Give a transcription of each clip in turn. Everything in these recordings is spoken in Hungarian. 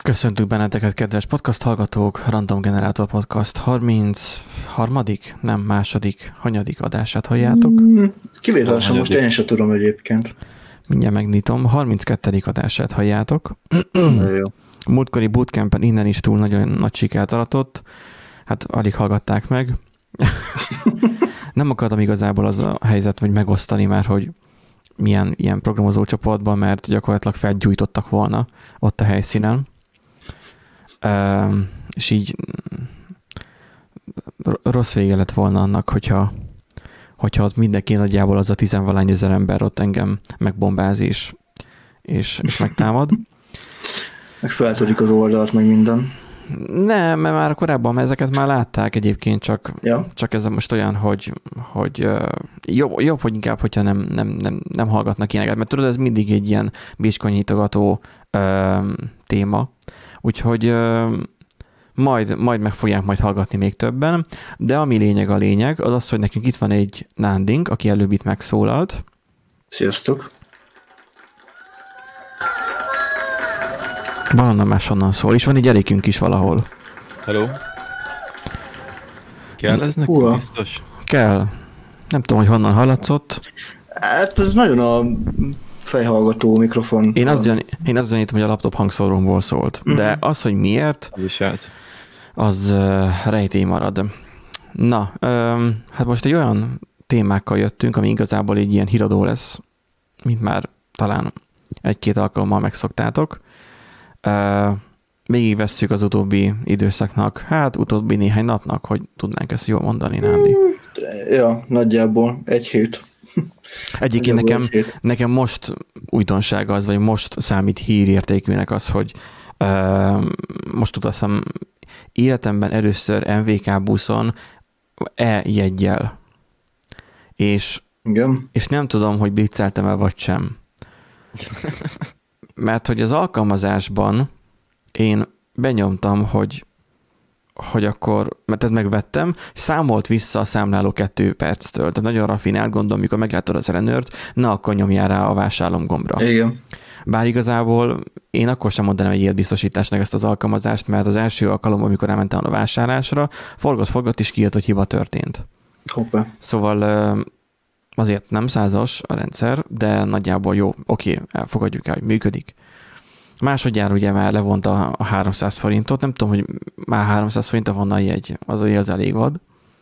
Köszöntünk benneteket, kedves podcast hallgatók, Random Generator Podcast 33. nem második, hanyadik adását halljátok? Kivételesen most én sem tudom egyébként. Mindjárt megnyitom, 32. adását halljátok. Jó. Múltkori bootcampen innen is túl nagyon nagy sikert aratott, hát alig hallgatták meg. Nem akartam igazából az a helyzet, hogy megosztani már, hogy milyen ilyen programozó csoportban, mert gyakorlatilag felgyújtottak volna ott a helyszínen. És így rossz vége lett volna annak, hogyha ott mindenki nagyjából az a 10-valány ezer ember ott engem megbombáz és megtámad. Meg feltörik az oldalt, meg minden. Nem, mert már korábban ezeket már látták egyébként, csak ez most olyan, hogy jobb, hogy inkább, hogyha nem hallgatnak ilyeneket, mert tudod, ez mindig egy ilyen bicskanyitogató téma, úgyhogy majd meg fogják majd hallgatni még többen, de ami a lényeg, az az, hogy nekünk itt van egy nándink, aki előbb itt megszólalt. Sziasztok! Valonnan máshonnan szól, és van egy Erikünk is valahol. Hello? Kell ez nekünk biztos? Kell. Nem tudom, hogy honnan hallatszott. Hát ez nagyon a fejhallgató mikrofon. Én azt gyanítom, hogy a laptop hangszórómból szólt. De az, hogy miért, az rejtély marad. Na, hát most egy olyan témákkal jöttünk, ami igazából egy ilyen híradó lesz, mint már talán egy-két alkalommal megszoktátok. Végigvesszük az utóbbi időszaknak, hát utóbbi néhány napnak, hogy tudnánk ezt jól mondani, Nándi. Ja, nagyjából egy hét. Egyébként nekem most újdonság az, vagy most számít hírértékűnek az, hogy most utaztam életemben először MVK buszon E-jeggyel. És nem tudom, hogy blitzeltem el vagy sem. Mert hogy az alkalmazásban én benyomtam, hogy akkor, mert ezt megvettem, számolt vissza a számláló 2 perctől. Tehát nagyon rafinált, gondolom, amikor meglátod az ellenőrt, na akkor nyomjál rá a vásárlom gombra. Igen. Bár igazából én akkor sem mondanám egy életbiztosításnak ezt az alkalmazást, mert az első alkalommal, amikor elmentem a vásárlásra, forgott és kijött, hogy hiba történt. Hoppá. Szóval azért nem 100-as a rendszer, de nagyjából jó, oké, elfogadjuk el, hogy működik. Másodjára ugye már levonta a 300 forintot, nem tudom, hogy már 300 forinta van a jegy, az elég vad.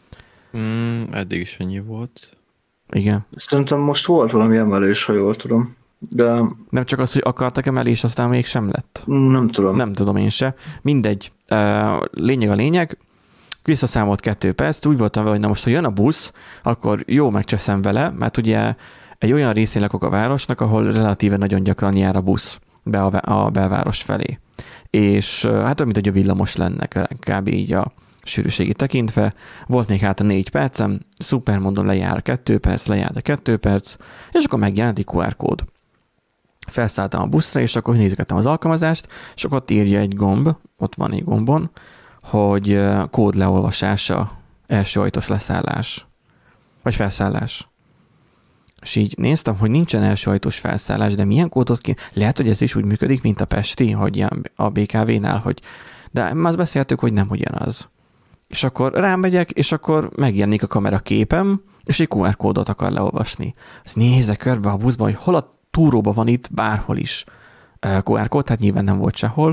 Eddig is ennyi volt. Igen. Szerintem most volt valami emelés, ha jól tudom. De... Nem csak az, hogy akartak emelés, aztán még sem lett. Nem tudom. Nem tudom én se. Mindegy. Lényeg a lényeg. Visszaszámolt 2 perc, úgy voltam vele, hogy na most, ha jön a busz, akkor jó megcseszem vele, mert ugye egy olyan részén lakok a városnak, ahol relatíve nagyon gyakran jár a busz be a belváros felé. És hát olyan, mint hogy a villamos lenne kb. Így a sűrűségi tekintve. Volt még hát a 4 percem, szuper, mondom, lejár a 2 perc, lejár a 2 perc, és akkor megjelent egy QR kód. Felszálltam a buszra, és akkor nézegettem az alkalmazást, és akkor ott írja egy gomb, ott van egy gombon, hogy kód leolvasása, első ajtós leszállás, vagy felszállás. És így néztem, hogy nincsen első ajtós felszállás, de milyen kódot ki... Lehet, hogy ez is úgy működik, mint a Pesti, hogy a BKV-nál, hogy... De már azt beszéltük, hogy nem ugyanaz. És akkor rámegyek, és akkor megjelenik a kamera képem, és egy QR kódot akar leolvasni. Azt nézze körbe a buszban, hogy hol a túróban van itt, bárhol is QR kód, tehát nyilván nem volt sehol.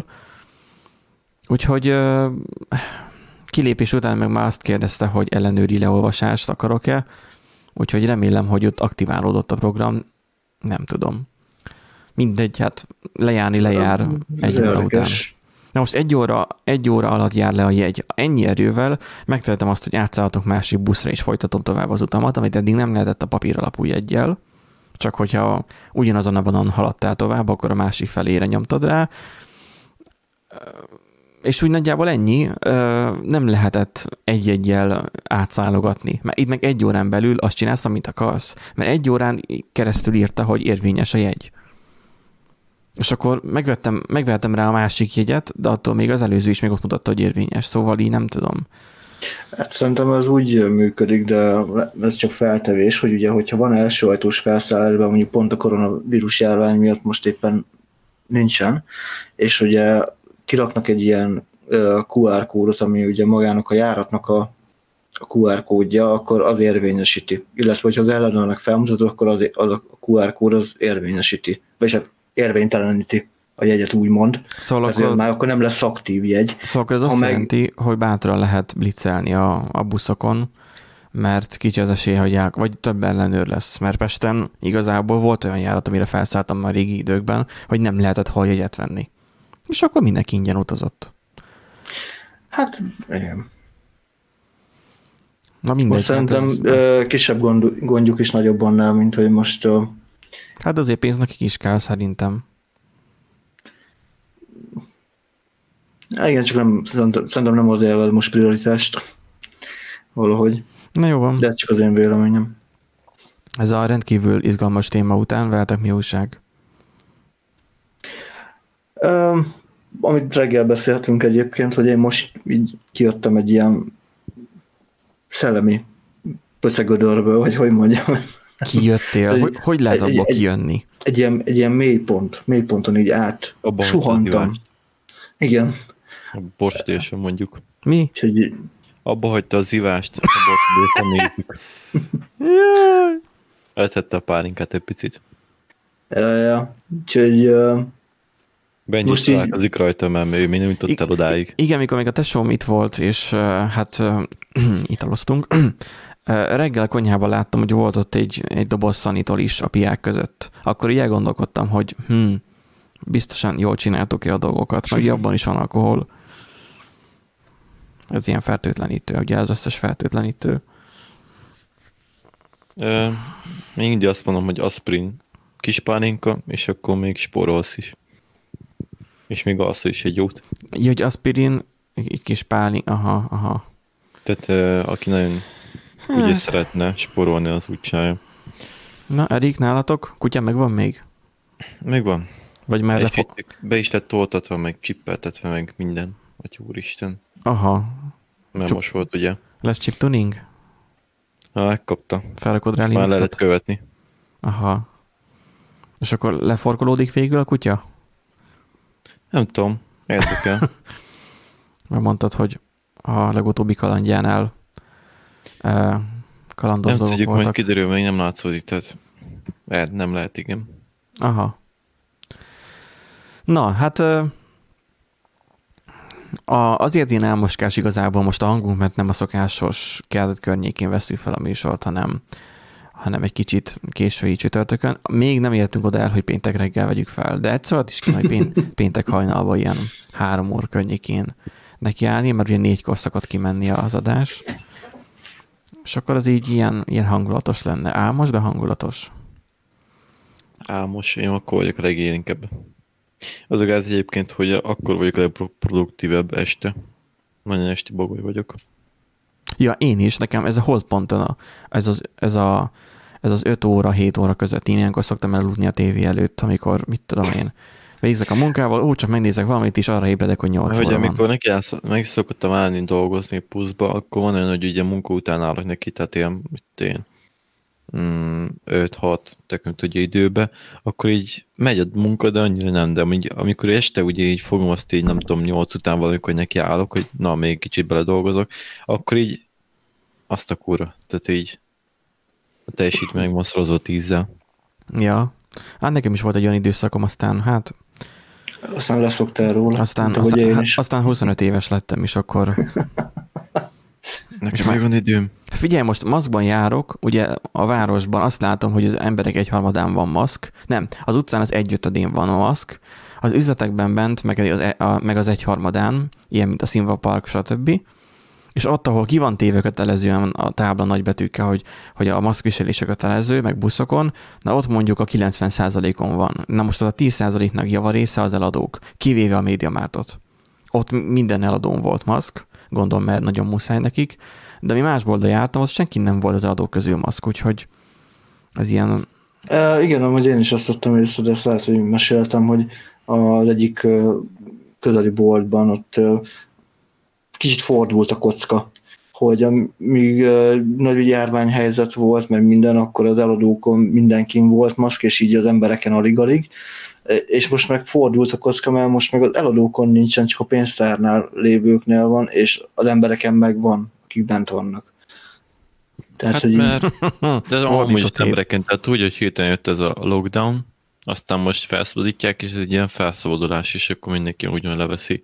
Úgyhogy kilépés után meg már azt kérdezte, hogy ellenőri leolvasást akarok-e, úgyhogy remélem, hogy ott aktiválódott a program, nem tudom. Mindegy, hát lejár 1 óra után. Na most egy óra alatt jár le a jegy. Ennyi erővel megtehetem azt, hogy átszállhatok másik buszra, és folytatom tovább az utamat, amit eddig nem lehetett a papír alapú jeggyel. Csak hogyha ugyanazon a vonalon haladtál tovább, akkor a másik felére nyomtad rá. És úgy nagyjából ennyi, nem lehetett egy-egyel átszállogatni. Mert itt meg 1 órán belül azt csinálsz, amit akarsz. Mert 1 órán keresztül írta, hogy érvényes a jegy. És akkor megvettem rá a másik jegyet, de attól még az előző is még ott mutatta, hogy érvényes. Szóval így nem tudom. Hát szerintem ez úgy működik, de ez csak feltevés, hogy ugye, hogyha van első ajtós felszállásban, mondjuk pont a koronavírus járvány miatt most éppen nincsen, és ugye kiraknak egy ilyen QR kódot, ami ugye magának a járatnak a QR kódja, akkor az érvényesíti. Illetve, hogyha az ellenőrnek felmutatod, akkor az a QR kód az érvényesíti. Vagyis hát érvényteleníti a jegyet, úgymond. Szóval akkor nem lesz aktív jegy. Szóval ez azt jelenti, hogy bátran lehet blitzelni a buszokon, mert kicsi az esély, hogy vagy több ellenőr lesz. Mert Pesten igazából volt olyan járat, amire felszálltam már régi időkben, hogy nem lehetett hol jegyet venni. És akkor mindenki ingyen utazott. Hát, igen. Na mindegy. Most szerintem kisebb gondjuk is nagyobb annál, mint hogy most... Hát azért pénz nekik is kell, szerintem. Igen, csak szerintem nem az élved most prioritást. Valahogy. Na jó van. De csak az én véleményem. Ez a rendkívül izgalmas téma után veletek mi újság? Amit reggel beszéltünk egyébként, hogy én most így kijöttem egy ilyen szellemi pöszegödörből, vagy hogy mondjam. Kijöttél? Hogy lehet abba kijönni? Egy ilyen mélyponton így suhantam. Igen. A borstésen mondjuk. Mi? Úgyhogy... Abba hagyta az ivást, a borstésen nézzük. Eltette a pálinkát egy picit. Ja. Úgyhogy... Benji is találkozik rajta, mert ő még nem jutott el odáig. Igen, mikor még a tesóm itt volt, és hát italoztunk, reggel a konyhában láttam, hogy volt ott egy doboz szanitol is a piák között. Akkor így elgondolkodtam, hogy biztosan jól csináltuk-e a dolgokat, mert abban is van alkohol. Ez ilyen fertőtlenítő, ugye az összes fertőtlenítő. Még mindig azt mondom, hogy aspirin kis pálinka, és akkor még spórolsz is. És még alszol is egy jót. Ja, hogy aspirin, egy kis pálinka, aha. Tehát aki nagyon ugye szeretne spórolni, az úgy csinálja. Na, Erik, nálatok? Kutya megvan még? Megvan. Vagy már be is lett oltatva, meg csippeltetve, meg minden. Atya úristen. Aha. Mert most volt, ugye? Lesz chip tuning? Megkapta. Felrakod rá Linuxot? Már lehet követni. Aha. És akkor leforkolódik végül a kutya? Nem tudom. Érdekel. Mert mondtad, hogy a legutóbbi kalandjánál kalandos nem dolgok tudjuk, voltak. majd kiderül, még nem látszódik, tehát nem lehet, igen. Aha. Na, hát azért én elmoskás igazából most a hangunk, mert nem a szokásos kelet környékén veszünk fel a műsort, hanem egy kicsit késői csütörtökön. Még nem értünk oda el, hogy péntek reggel vegyük fel, de egyszer is kéne, hogy péntek hajnalban ilyen 3 óra környékén nekiállni, mert ugye 4-kor szokott kimenni az adás. És akkor az így ilyen hangulatos lenne. Álmos, de hangulatos. Álmos, én akkor vagyok a legélénkebb. Az a gáz egyébként, hogy akkor vagyok a legproduktívebb este. Nagyon esti bagoly vagyok. Ja, én is. Nekem ez a holdponton, ez az 5 óra, 7 óra között. Én ilyenkor szoktam elaludni a tévé előtt, amikor, mit tudom én, végzek a munkával, csak megnézek valamit, és arra ébredek, hogy 8 óra van. Amikor meg szokottam állni dolgozni pluszba, akkor van olyan, hogy ugye munka után állok neki, tehát ilyen, 5-6 tekint ugye időbe, akkor így megy a munka, de annyira nem, de amikor este ugye így fogom azt így, nem tudom, 8 után valamikor neki állok, hogy na, még kicsit bele dolgozok, akkor így azt a kurva, tehát így a teljesítmény megmoszorozó 10-zel. Ja, hát nekem is volt egy olyan időszakom, aztán leszoktál róla. Aztán 25 éves lettem, és akkor... Nekem megvan időm. Figyelj, most maszkban járok, ugye a városban azt látom, hogy az emberek 1/3 van maszk. Nem, az utcán az 1/5 van a maszk. Az üzletekben bent, meg az 1/3, ilyen, mint a Színva Park, stb. És ott, ahol ki van téve kötelezően a tábla nagybetűkkel, hogy a maszkviselés kötelező, meg buszokon, na ott mondjuk a 90%-on van. Na most az a 10%-nak javarésze az eladók, kivéve a MediaMarktot. Ott minden eladón volt maszk, gondolom, mert nagyon muszáj nekik, de mi más boltba jártam, az senki nem volt az eladók közül maszk, úgyhogy ez ilyen... Igen, amúgy én is azt tettem észre, de ezt lehet, hogy meséltem, hogy az egyik közeli boltban ott kicsit fordult a kocka, hogy amíg nagy járványhelyzet volt, mert minden, akkor az eladókon mindenkin volt maszk, és így az embereken alig-alig. És most meg fordult a kocka, mert most meg az eladókon nincsen, csak a pénztárnál lévőknél van, és az embereken meg van, akik bent vannak. Tehát, Hát hogy mert de amúgy Fordított az embereken, tehát úgy, hogy hirtelen jött ez a lockdown, aztán most felszabadítják, és ez egy ilyen felszabadulás, és akkor mindenki ugyan leveszi.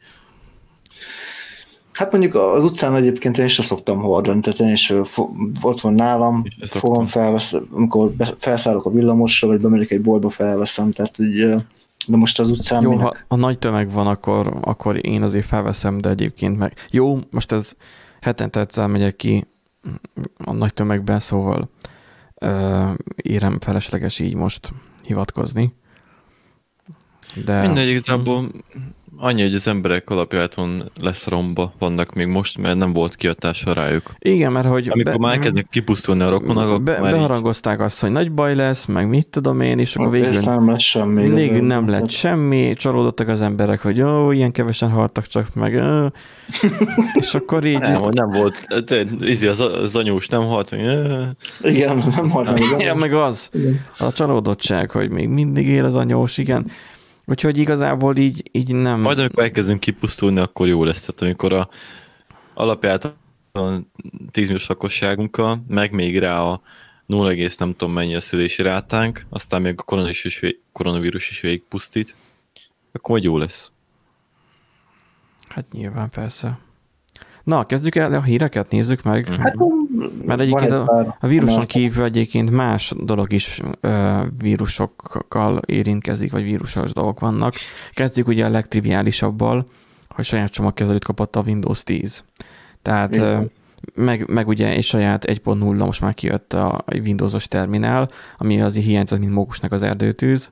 hát mondjuk az utcán egyébként én sem szoktam hordani, tehát én is ott van nálam, fogom felveszem, amikor felszállok a villamosra, vagy bemegyek egy boltba, felveszem, tehát így, de most az utcán Jó, minek? ha nagy tömeg van, akkor én azért felveszem, de egyébként meg... Jó, most ez hetente egyszer megyek ki a nagy tömegben, szóval érem felesleges így most hivatkozni. De... Mindegy, igazából annyi, hogy az emberek alapjáton lesz romba vannak még most, mert nem volt kihatása rájuk. Igen, mert hogy... Amikor már kezdnek kipusztulni a rokonok, akkor már beharangozták azt, hogy nagy baj lesz, meg mit tudom én, és akkor végül nem lett semmi. még nem lett semmi, csalódottak az emberek, hogy ilyen kevesen haltak csak meg, és akkor így... Nem volt, az anyós nem halt, igen, nem halt meg. Igen, meg az, a csalódottság, hogy még mindig él az anyós, igen. Úgyhogy igazából így nem... Majd amikor elkezdünk kipusztulni, akkor jó lesz. Tehát amikor alapját a 10 milliós lakosságunkkal, meg még rá a 0, nem tudom mennyi a szülési rátánk, aztán még a koronavírus is végigpusztít, akkor majd jó lesz. Hát nyilván persze. Na, kezdjük el a híreket, nézzük meg. Hát, mert egyébként a víruson kívül egyébként más dolog is vírusokkal érintkezik, vagy vírusos dolgok vannak. Kezdjük ugye a legtriviálisabbal, hogy saját csomagkezelőt kapott a Windows 10. Tehát meg ugye egy saját 1.0 most már kijött a Windowsos terminál, ami azért hiányzott, mint mókusnak az erdőtűz.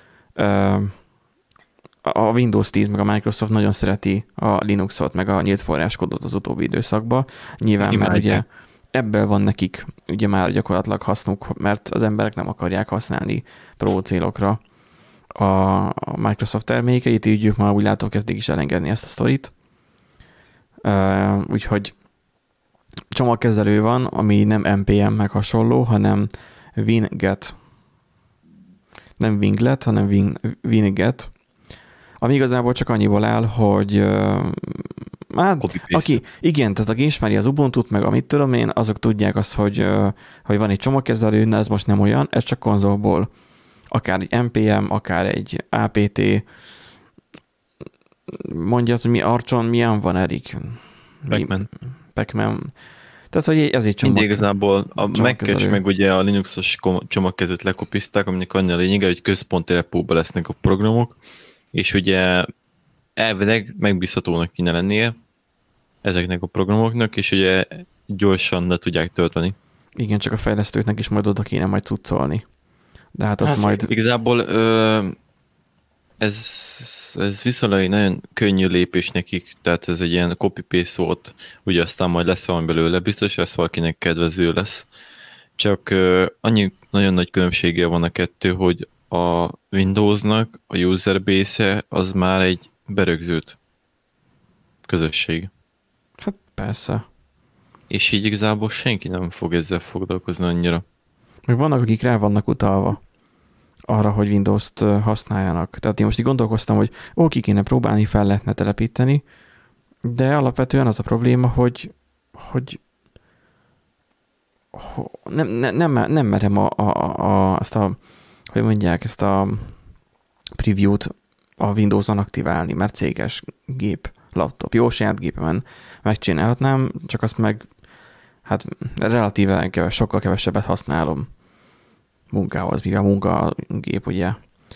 A Windows 10 meg a Microsoft nagyon szereti a Linuxot, meg a nyílt forráskódot az utóbbi időszakban. Nyilván, mert ugye ebből van nekik ugye már gyakorlatilag hasznuk, mert az emberek nem akarják használni pro célokra a Microsoft termékeit, így ők már úgy látom kezdik is elengedni ezt a sztorit. Úgyhogy csomagkezelő van, ami nem NPM meg hasonló, hanem Winget. Nem Winglet, hanem Winget. Ami igazából csak annyiból áll, hogy igen, tehát aki ismeri az Ubuntu-t, meg amit tudom én, azok tudják azt, hogy van egy csomagkezelő, de ez most nem olyan, ez csak konzolból. Akár egy NPM, akár egy APT. Mondjad, hogy Archon milyen van, Erik? Pacman. Tehát, hogy ez egy csomag. Igazából a Mac-es meg ugye a Linuxos csomagkezőt lekopizták, aminek annyi a lényege, hogy központi repóba lesznek a programok, és ugye elvileg megbízhatónak kéne lennie ezeknek a programoknak, és ugye gyorsan le tudják tölteni. Igen, csak a fejlesztőknek is majd oda kéne majd cuccolni. De hát az majd... Igazából ez viszonylag egy nagyon könnyű lépés nekik, tehát ez egy ilyen copy-paste volt, ugye aztán majd lesz valami belőle, biztos ez valakinek kedvező lesz. Csak annyi nagyon nagy különbsége van a kettő, hogy a Windowsnak a user base-e az már egy berögzült közösség. Hát persze. És így igazából senki nem fog ezzel foglalkozni annyira. Meg vannak, akik rá vannak utalva arra, hogy Windows-t használjanak. Tehát én most így gondolkoztam, hogy ki kéne próbálni, fel lehetne telepíteni, de alapvetően az a probléma, hogy nem merem ezt a hogy mondják, ezt a preview-t a Windows-on aktiválni, mert céges gép, laptop. Jó, saját gépemen megcsinálhatnám, csak azt meg hát relatíve sokkal kevesebbet használom munkához, mivel a munkagép ugye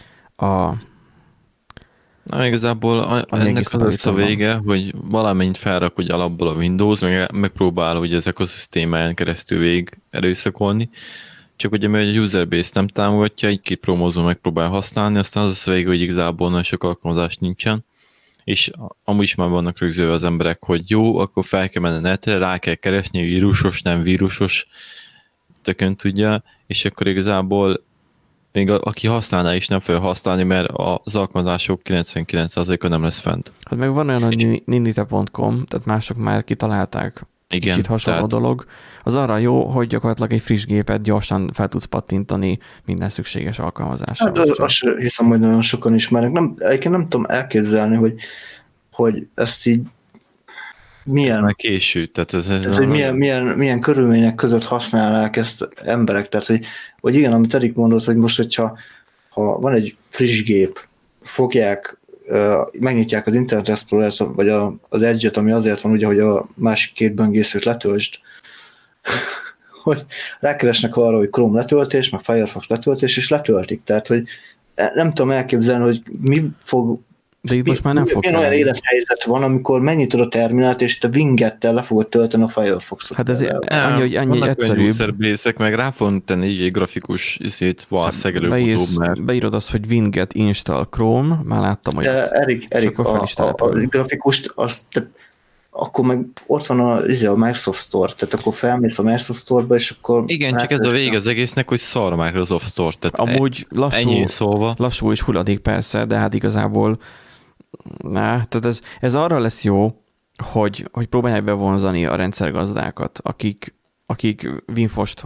igazából ennek az lesz a vége, hogy valamennyit felrak, hogy alapból a Windows, megpróbál hogy az ökoszisztémáján keresztül végig erőszakolni, csak ugye mert a user base nem támogatja, egy-két promózó megpróbál használni, aztán az a vége, hogy igazából nagyon sok alkalmazás nincsen, és amúgy is már vannak rögzülve az emberek, hogy jó, akkor fel kell menni netre, rá kell keresni, vírusos, nem vírusos, tökön tudja, és akkor igazából még aki használná is nem fogja használni, mert az alkalmazások 99%-a nem lesz fent. Hát meg van olyan, hogy ninite.com, tehát mások már kitalálták Igen, kicsit hasonló dolog, az arra jó, hogy gyakorlatilag egy friss gépet gyorsan fel tudsz pattintani minden szükséges alkalmazással. Hát azt hiszem, hogy nagyon sokan ismernek. Egyébként nem tudom elképzelni, hogy ezt így milyen késő, tehát hogy milyen körülmények között használják ezt emberek. Tehát, hogy igen, amit Erik mondott, hogy most, hogyha van egy friss gép, fogják, megnyitják az Internet Explorer-t, vagy az Edge-et, ami azért van, ugye, hogy a másik két böngészőt letöltsd, hogy rákeresnek arra, hogy Chrome letöltés, meg Firefox letöltés, és letöltik. Tehát, hogy nem tudom elképzelni, hogy mi fog. De itt most már nem fog olyan élethelyzet van, amikor megnyitod a terminált, és te Wingettel le fogod tölteni a Firefoxot. Hát ez annyi egyszerűbb. User-base-ek, meg rá fogunk tenni egy grafikus valszegelő beírod azt, hogy Winget install Chrome, már láttam olyat. De Erik a grafikust, akkor meg ott van a Microsoft Store, tehát akkor felmész a Microsoft Store-ba, és akkor... Igen, csak ez a vége az egésznek, hogy szar a Microsoft Store. Tehát amúgy lassú és hulladék persze, de hát igazából tehát ez arra lesz jó, hogy próbálják bevonzani a rendszergazdákat, akik Winfost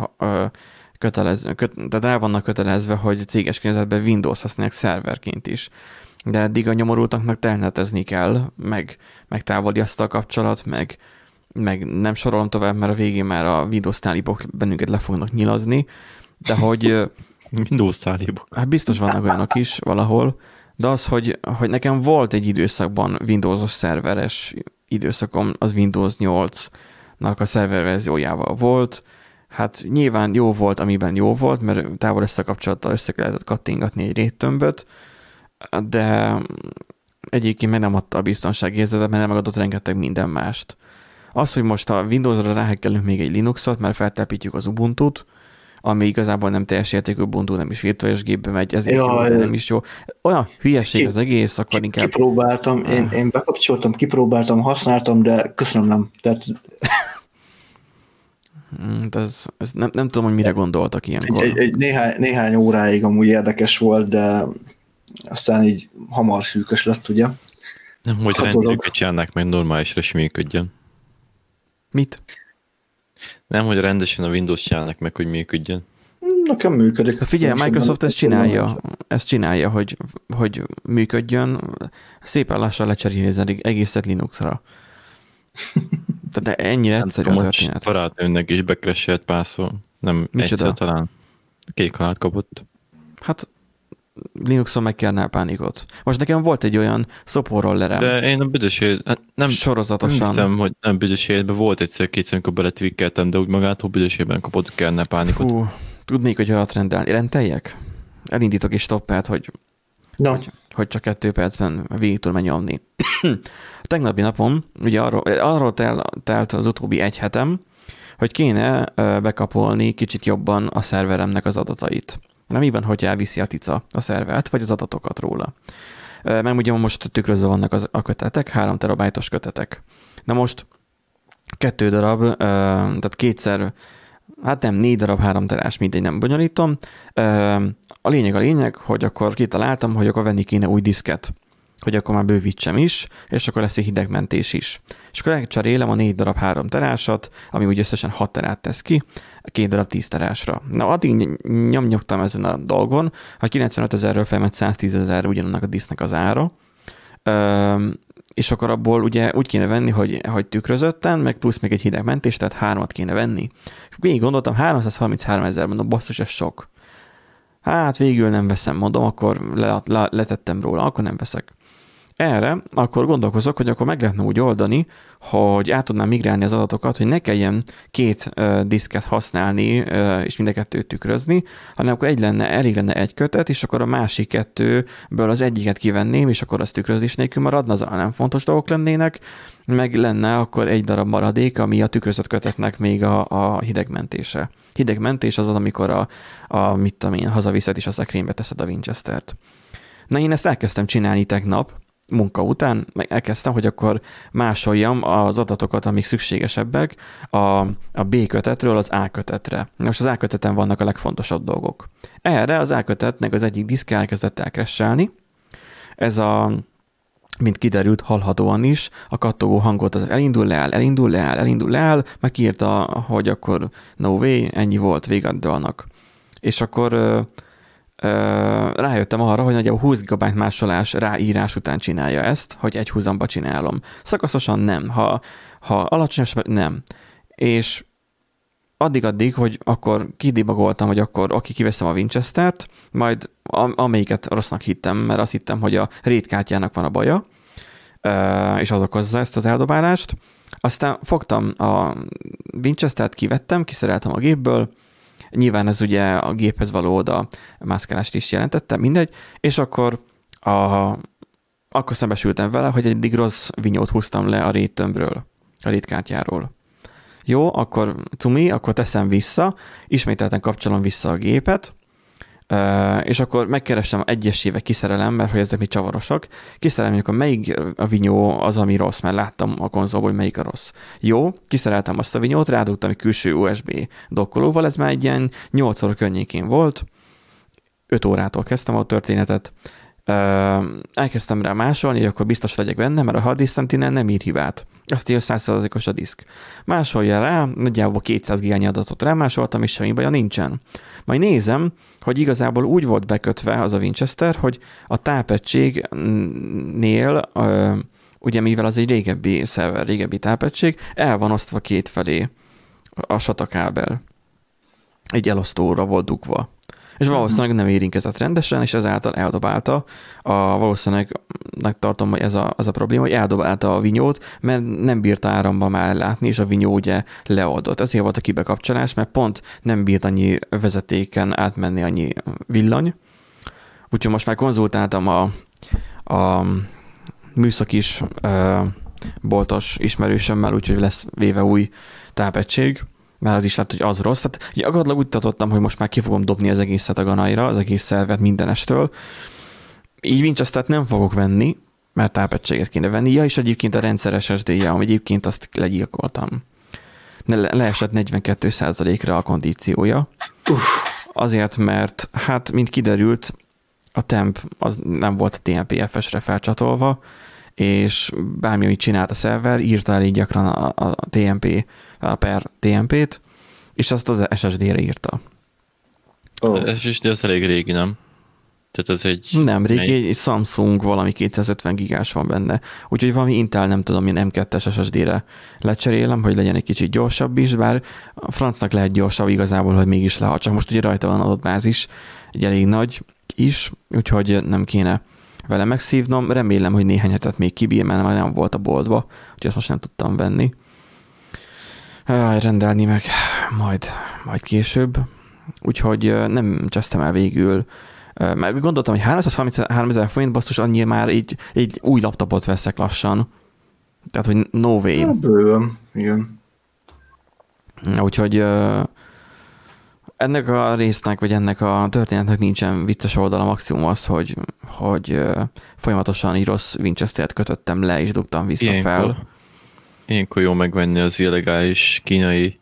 tehát rá vannak kötelezve, hogy céges környezetben Windows használják szerverként is. De eddig a nyomorultaknak telnetezni kell, meg távoli azt a kapcsolat, meg nem sorolom tovább, mert a végén már a Windows tálibok bennünket le fognak nyilazni, de hogy... Windows tálibok. Hát biztos vannak olyanok is valahol, de az, hogy nekem volt egy időszakban Windowsos szerveres időszakom, az Windows 8-nak a szerververziójával volt. Hát nyilván jó volt, amiben jó volt, mert távol összekapcsolattal össze lehetett kattingatni egy réttömböt, de egyébként meg nem adta a biztonságérzetet, mert nem megadott rengeteg minden mást. Az, hogy most a Windowsra ráhekkelünk még egy Linuxot, mert feltelepítjük az Ubuntu-t, ami igazából nem teljes értékű Ubuntu, nem is virtuális gépbe megy, ezért nem is jó. Olyan hülyeség az egész, akkor inkább... Kipróbáltam, én bekapcsoltam, kipróbáltam, használtam, de köszönöm nem. Tehát... Ez nem tudom, hogy mire gondoltak ilyenkor. Néhány óráig amúgy érdekes volt, de aztán így hamar szűkös lett, ugye? Nem, hogy rendszerűket csinálnak meg normálisra is működjön. Mit? Nem, hogy rendesen a Windows csinálnak meg, hogy működjön. Nekem működik. Figyelj, Microsoft ezt csinálja, hogy működjön, szépen lassan lecserélni az egészet Linuxra. De ennyire egyszerű a történet. Barátnőmnek is bekreselt pászol. Nem egyszer talán. Kék halált kapott. Hát Linuxon meg kérnál pánikot. Most nekem volt egy olyan szoporollerem. De én a büdös nem sorozatosan. Nem hiszem, hogy nem büdös életben volt egyszer-kétszer, amikor beletvikkeltem, de úgy magától büdös életben kapott kérnál pánikot. Fú, tudnék, hogy olyat rendelni. Rendeljek? Elindítok egy stoppát, hogy csak 2 percben végig tudom nyomni. A tegnapi napon, ugye arról telt az utóbbi egy hetem, hogy kéne bekapolni kicsit jobban a szerveremnek az adatait. Na mi van, hogy elviszi a tica a szervert, vagy az adatokat róla? Meg ugye most tükrözve vannak a kötetek, 3 terabájtos kötetek. Na most 2 darab, tehát kétszer, hát nem, 4 darab 3 terás, mindegy, nem bonyolítom. A lényeg, hogy akkor kitaláltam, hogy akkor venni kéne új diszket, hogy akkor már bővítsem is, és akkor lesz egy hidegmentés is. És akkor elcserélem a 4 darab 3 terásat, ami úgy összesen 6 terát tesz ki, 2 darab 10 terásra. Na, addig nyomnyogtam ezen a dolgon, ha 95 000-ről felment 110 000 ugyanannak a disznek az ára, és akkor abból ugye úgy kéne venni, hogy tükrözötten, meg plusz még egy hidegmentés, tehát 3-at kéne venni. És végig gondoltam, 333 000, mondom, basszus, ez sok. Hát végül nem veszem, mondom, akkor letettem róla, akkor nem veszek. Erre akkor gondolkozok, hogy akkor meg lehetne úgy oldani, hogy át tudnám migrálni az adatokat, hogy ne kelljen 2 diszket használni, és mind a 2 tükrözni, hanem akkor elég lenne egy kötet, és akkor a másik 2-ből az egyiket kivenném, és akkor az tükrözés nélkül maradna, az nem fontos dolgok lennének, meg lenne akkor egy darab maradék, ami a tükrözött kötetnek még a hidegmentése. Hidegmentés az, amikor mit tudom én, hazaviszed, és a szekrénybe teszed a Winchestert. Na én ezt elkezdtem csinálni tegnap, munka után, meg elkezdtem, hogy akkor másoljam az adatokat, amik szükségesebbek a B kötetről az A kötetre. Most az A köteten vannak a legfontosabb dolgok. Erre az A kötetnek az egyik diszke elkezdett elcrashelni. Ez a mint kiderült, hallhatóan is, a kattogó hangot az elindul leáll, meg kiírta, hogy akkor no way, ennyi volt, vége a dalnak. És akkor rájöttem arra, hogy nagyjából 20 GB másolás ráírás után csinálja ezt, hogy egy húzamba csinálom. Szakaszosan nem, ha alacsonyos, nem. És addig, hogy akkor kidibagoltam, hogy akkor kiveszem a Winchestert, majd amelyiket rossznak hittem, mert azt hittem, hogy a rétkártyának van a baja, és az okozza ezt az eldobálást. Aztán fogtam a Winchestert, kivettem, kiszereltem a gépből, nyilván ez ugye a géphez való oda mászkálást is jelentette, mindegy, és akkor szembesültem vele, hogy eddig rossz vinyót húztam le a réttömbről, a rétkártyáról. Jó, akkor cumi, akkor teszem vissza, ismételten kapcsolom vissza a gépet, és akkor megkerestem egyesével, kiszerelem, mert hogy ezek még csavarosak, kiszerelem, hogy melyik a vinyó az, ami rossz, mert láttam a konzolból, hogy melyik a rossz. Jó, kiszereltem azt a vinyót, rádugtam egy külső USB dokkolóval, ez már egy ilyen 8 óra környékén volt, 5 órától kezdtem a történetet, elkezdtem rá másolni, hogy akkor biztos legyek benne, mert a hard disk-en nem ír hibát. Azt írja 100%-os a diszk. Másolja rá, nagyjából 200 gigányi adatot rámásoltam, és semmi baja nincsen. Majd nézem, hogy igazából úgy volt bekötve az a Winchester, hogy a tápegységnél, ugye mivel az egy régebbi szerver, régebbi tápegység, el van osztva kétfelé a SATA kábel. Egy elosztóra volt dugva. És valószínűleg nem érintkezett rendesen, és ezáltal eldobálta, valószínűleg tartom, hogy ez a probléma, hogy eldobálta a vinyót, mert nem bírta áramban már ellátni, és a vinyó ugye leoldott. Ezért volt a kibekapcsolás, mert pont nem bírt annyi vezetéken átmenni annyi villany. Úgyhogy most már konzultáltam a műszakis boltos ismerősömmel, úgyhogy lesz véve új tápegység, mert az is lett, hogy az rossz. Tehát gyakorlatilag úgy tartottam, hogy most már ki fogom dobni az egészet a ganajra, az egész szervet mindenestől. Így Winchestert nem fogok venni, mert tápegységet kéne venni. Ja, és egyébként a rendszer SSD-je, ami egyébként azt legyilkoltam. Leesett 42%-ra a kondíciója. Azért, mert hát, mint kiderült, a temp az nem volt TMPFS-re felcsatolva, és bármi, amit csinált a szerver, írta elég gyakran a TMP per TMP-t, és azt az SSD-re írta. A SSD az elég régi, nem? Tehát ez egy... Nem régi, egy Samsung valami 250 gigás van benne. Úgyhogy valami Intel, nem tudom, ilyen M2-es SSD-re lecserélem, hogy legyen egy kicsit gyorsabb is, bár a francnak lehet gyorsabb igazából, hogy mégis lehet. Csak most ugye rajta van adatbázis, egy elég nagy is, úgyhogy nem kéne vele megszívnom. Remélem, hogy néhány hetet még kibír, mert már nem volt a boltba, úgyhogy ezt most nem tudtam venni. Rendelni meg majd később. Úgyhogy nem csesztem el végül. Mert gondoltam, hogy 333 000 forint, basszus, annyi már így új laptopot veszek lassan. Tehát, hogy no way. Bőven, igen. Úgyhogy ennek a résznek, vagy ennek a történetnek nincsen vicces oldala, maximum az, hogy folyamatosan így rossz Winchestert kötöttem le, és dugtam vissza fel. Ilyenkor jó megvenni az illegális kínai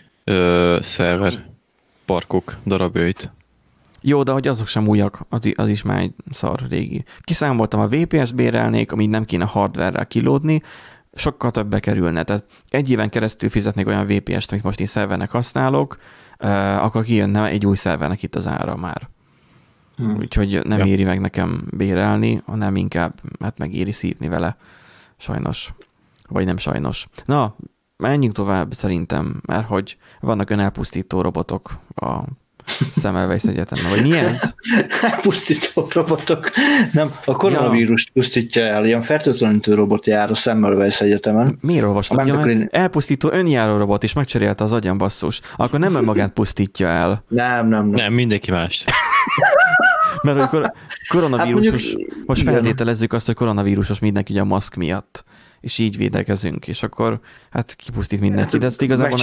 szerver parkok darabjait. Jó, de hogy azok sem újak, az is már egy szar régi. Kiszámoltam, a VPS-t bérelnék, amit nem kéne hardware-rel kilódni, sokkal többbe kerülne. Tehát egy éven keresztül fizetnék olyan VPS-t, amit most én szervernek használok, akkor kijönne egy új szervernek itt az ára már. Úgyhogy nem éri meg nekem bérelni, hanem inkább megéri szívni vele. Sajnos. Vagy nem sajnos. Na, menjünk tovább szerintem, mert hogy vannak önelpusztító robotok a Semmelweis Egyetemen. Vagy mi ez? Elpusztító robotok. Nem, a koronavírust pusztítja el. Ilyen fertőtlenítő robot jár a Semmelweis Egyetemen. Miért olvastam? Elpusztító önjáró robot, és megcserélte az agyam, basszus. Akkor nem önmagát pusztítja el. Nem, mindenki más. Mert akkor koronavírusos, most feltételezzük azt, hogy koronavírusos mindenki ugye a maszk miatt, és így védekezünk, és akkor hát kipusztít mindenki, de ezt igazából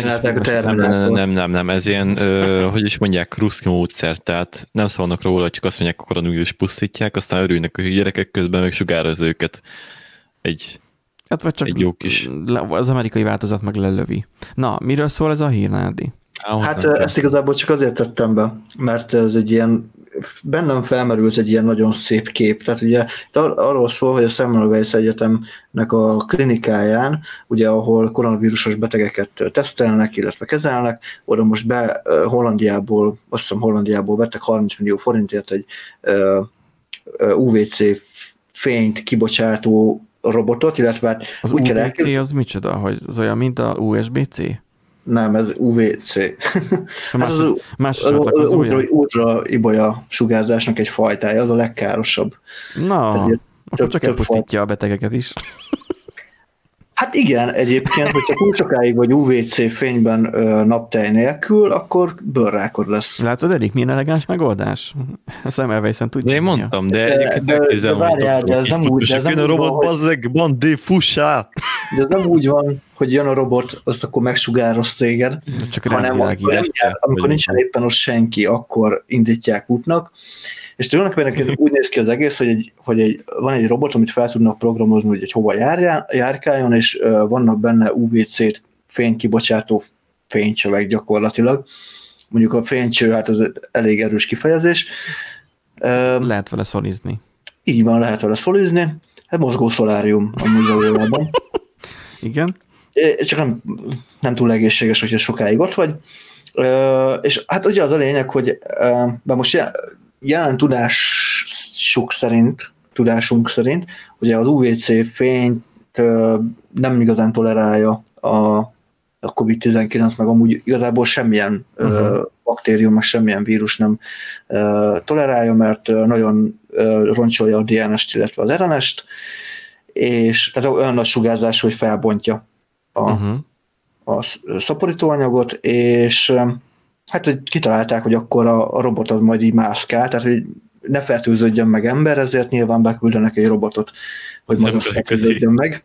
nem, ez ilyen, hogy is mondják, ruszki módszer, tehát nem szólnak róla, csak azt mondják, hogy koronavírus pusztítják, aztán örülnek a gyerekek, közben meg sugároz őket egy jó kis... Az amerikai változat meg lelövi. Na, miről szól ez a hír, Nádi? Hát ezt igazából csak azért tettem be, mert ez egy ilyen bennem felmerült egy ilyen nagyon szép kép. Tehát ugye arról szól, hogy a Semmelweis Egyetemnek a klinikáján, ugye ahol koronavírusos betegeket tesztelnek, illetve kezelnek, oda most Hollandiából, azt hiszem Hollandiából vettek 30 millió forintért egy UVC fényt kibocsátó robotot, illetve az UVC az micsoda? Hogy az olyan, mint a USB-C? Nem, ez UVC. Más az ultra ibolya sugárzásnak egy fajtája, az a legkárosabb. Na, akkor csak elpusztítja a betegeket is. Hát igen, egyébként, hogyha túl sokáig vagy UVC fényben naptej nélkül, akkor bőrrákod lesz. Látod, Erik, milyen elegáns megoldás? A Semmelweisen tudja. De én mondtam, de egyébként elképzelem, hogy ez nem úgy, de ez nem a robot, bazzeg, bandé, fussá! De ez nem úgy van, hogy jön a robot, azt akkor megsugároz téged, csak hanem amikor nincsen éppen ott senki, akkor indítják útnak. És tulajdonképpen úgy néz ki az egész, hogy van egy robot, amit fel tudnak programozni, hogy hova járkáljon, és vannak benne UVC-t fénykibocsátó fénycsövek gyakorlatilag. Mondjuk a fénycső, hát az elég erős kifejezés. Lehet vele szolizni. Így van, lehet vele szolizni. Hát mozgó szolárium amúgy valójában. Igen. Csak nem túl egészséges, hogyha sokáig ott vagy. És hát ugye az a lényeg, hogy most jelen tudásunk szerint, ugye az UVC fényt nem igazán tolerálja a COVID-19, meg amúgy igazából semmilyen baktérium, meg semmilyen vírus nem tolerálja, mert nagyon roncsolja a DNS-t, illetve az RNS-t, és tehát olyan nagy sugárzás, hogy felbontja a szaporítóanyagot, és hát hogy kitalálták, hogy akkor a robot az majd így mászkál, tehát hogy ne fertőződjön meg ember, ezért nyilván beküldenek egy robotot, hogy majd azt fertőződjön meg.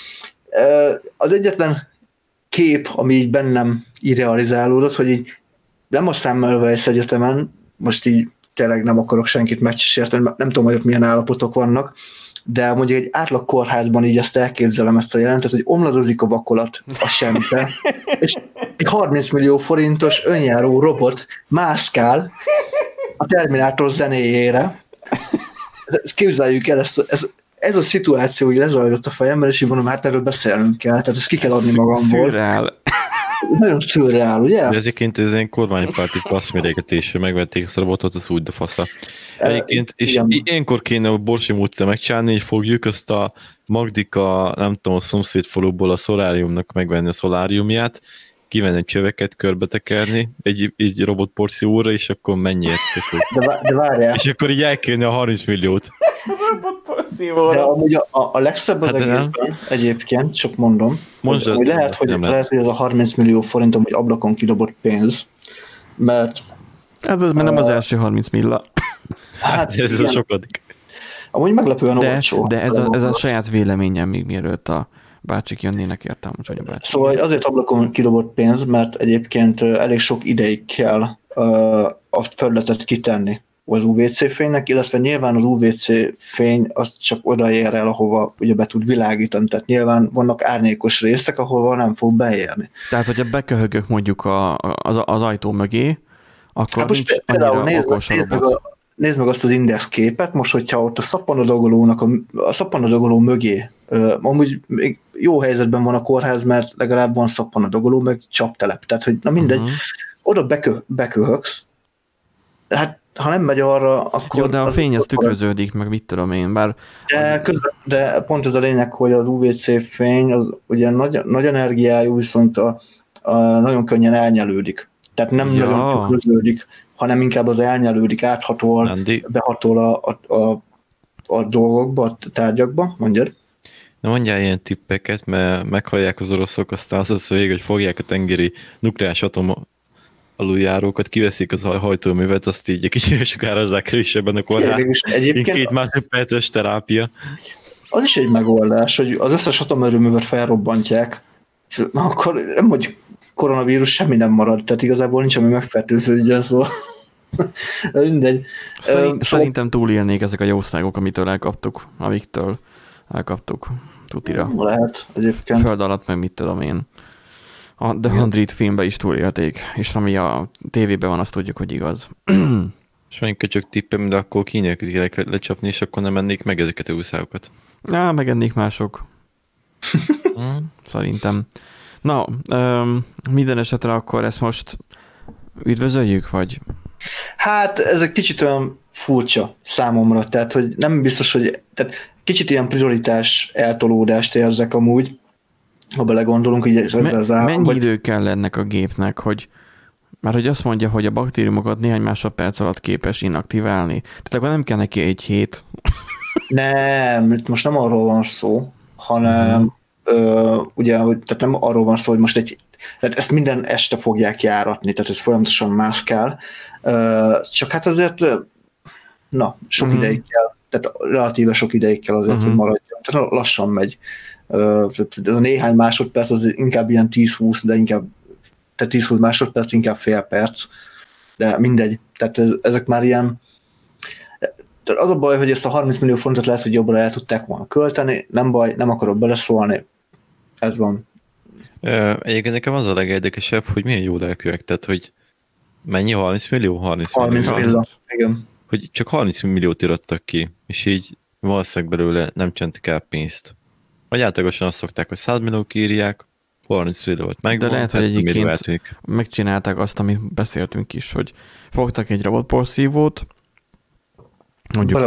Az egyetlen kép, ami így bennem irrealizálódott, hogy így nem a Semmelweis Egyetemen, most így tényleg nem akarok senkit megsérteni, nem tudom, hogy ott milyen állapotok vannak, de mondjuk egy átlag kórházban így ezt elképzelem, ezt a jelentet, hogy omladozik a vakolat a sempe, és egy 30 millió forintos önjáró robot mászkál a Terminátor zenéjére. Ezt képzeljük el, ez a szituáció így lezajlott a fejemben, és így mondom, hát erről beszélnünk kell, tehát ezt ki kell adni magamból. Szürreál. Nagyon szürreál, ugye? De ezért ez egy kormánypárti passzméregetésre megvették ezt a robotot, az úgy de fasza. Egyébként, és ilyenkor kéne a Borsi módszer megcsinálni, hogy fogjuk azt a Magdika, nem tudom, a szomszédfaluból a szoláriumnak megvenni a szoláriumját, kivenni csöveket, körbetekerni egy robotporcióra, és akkor mennyiért kötök. De várjál. És akkor így elkérni a 30 milliót. De amúgy a legszebb az egészben egyébként, csak mondom, hogy lehet, hogy ez a 30 millió forint amúgy ablakon kidobott pénz, mert... Hát ez már nem az első 30 milla. Hát ez a sokadik. Amúgy meglepően olcsó. De ez a saját véleményem még mielőtt a bácsik jönnének, értem, hogy a bácsik. Szóval azért ablakon kidobott pénz, mert egyébként elég sok ideig kell a felületet kitenni az UVC fénynek, illetve nyilván az UVC fény az csak odaér el, ahova ugye be tud világítani, tehát nyilván vannak árnyékos részek, ahova nem fog beérni. Tehát, hogyha beköhögök mondjuk az ajtó mögé, akkor hát nincs annyira okos a robot. Nézd meg azt az index képet, most, hogyha ott a szappanadagoló mögé, amúgy még jó helyzetben van a kórház, mert legalább van szappanadagoló, meg csaptelep, tehát hogy na mindegy, oda beköhögsz, hát ha nem megy arra, akkor... Jó, de a fény az tükröződik, meg mit tudom én, bár... De pont ez a lényeg, hogy az UVC fény az ugye nagy energiájú, viszont nagyon könnyen elnyelődik. Tehát nem nagyon tükröződik, hanem inkább az elnyelődik, áthatol, behatol a dolgokba, a tárgyakba, mondjad. Na mondjál ilyen tippeket, mert meghallják az oroszok, aztán az végig, hogy fogják a tengeri nukleáris atom aluljárókat, kiveszik az hajtóművet, azt így egy kicsit sugározzák erősebben a kórházban. Egyébként 2 másodperces terápia. Az is egy megoldás, hogy az összes atomerőművet felrobbantják, és akkor nem, hogy koronavírus semmi nem marad, tehát igazából nincs, ami megfertőződjön, szóval mindegy. Szerintem túlélnék ezek a jószágok, amitől elkaptuk, amiktől elkaptuk tutira. Lehet, egyébként. Föld alatt, meg mit tudom én. A The 100 filmben is túlélték, és ami a tévében van, azt tudjuk, hogy igaz. És mondjuk csak tippem, de akkor kínálják lecsapni, és akkor nem mennék meg ezeket a úszágokat. Megennék mások. Szerintem. Na, minden esetre akkor ezt most üdvözöljük, vagy? Hát ez egy kicsit olyan furcsa számomra, tehát hogy nem biztos, hogy tehát kicsit ilyen prioritás eltolódást érzek amúgy, ha belegondolunk, hogy mennyi idő kell ennek a gépnek, hogy mert hogy azt mondja, hogy a baktériumokat néhány másodperc alatt képes inaktiválni. Tehát akkor nem kell neki egy hét. Nem, most nem arról van szó, hanem ugye, tehát nem arról van szó, hogy most tehát ezt minden este fogják járatni, tehát ez folyamatosan mászkál. Csak hát azért sok ideig kell, tehát relatíve sok ideig kell azért, hogy maradjon. Tehát lassan megy. Ez a néhány másodperc az inkább ilyen 10-20, de inkább tehát 10-20 másodperc, inkább fél perc, de mindegy. Tehát ezek már ilyen. Tehát az a baj, hogy ezt a 30 millió forintot lehet, hogy jobbra el tudták volna költeni, nem baj, nem akarok beleszólni, ez van. Egyébként nekem az a legérdekesebb, hogy milyen jó lelkűek, tehát hogy mennyi 30 millió? 30 millió, igen. Hogy csak 30 milliót irattak ki, és így valószínűleg belőle nem csentik el pénzt. Vagy általában azt szokták, hogy 100 milliók írják, 30 milliót megvan. De lehet, hogy egyébként megcsinálták azt, amit beszéltünk is, hogy fogtak egy robotporszívót, mondjuk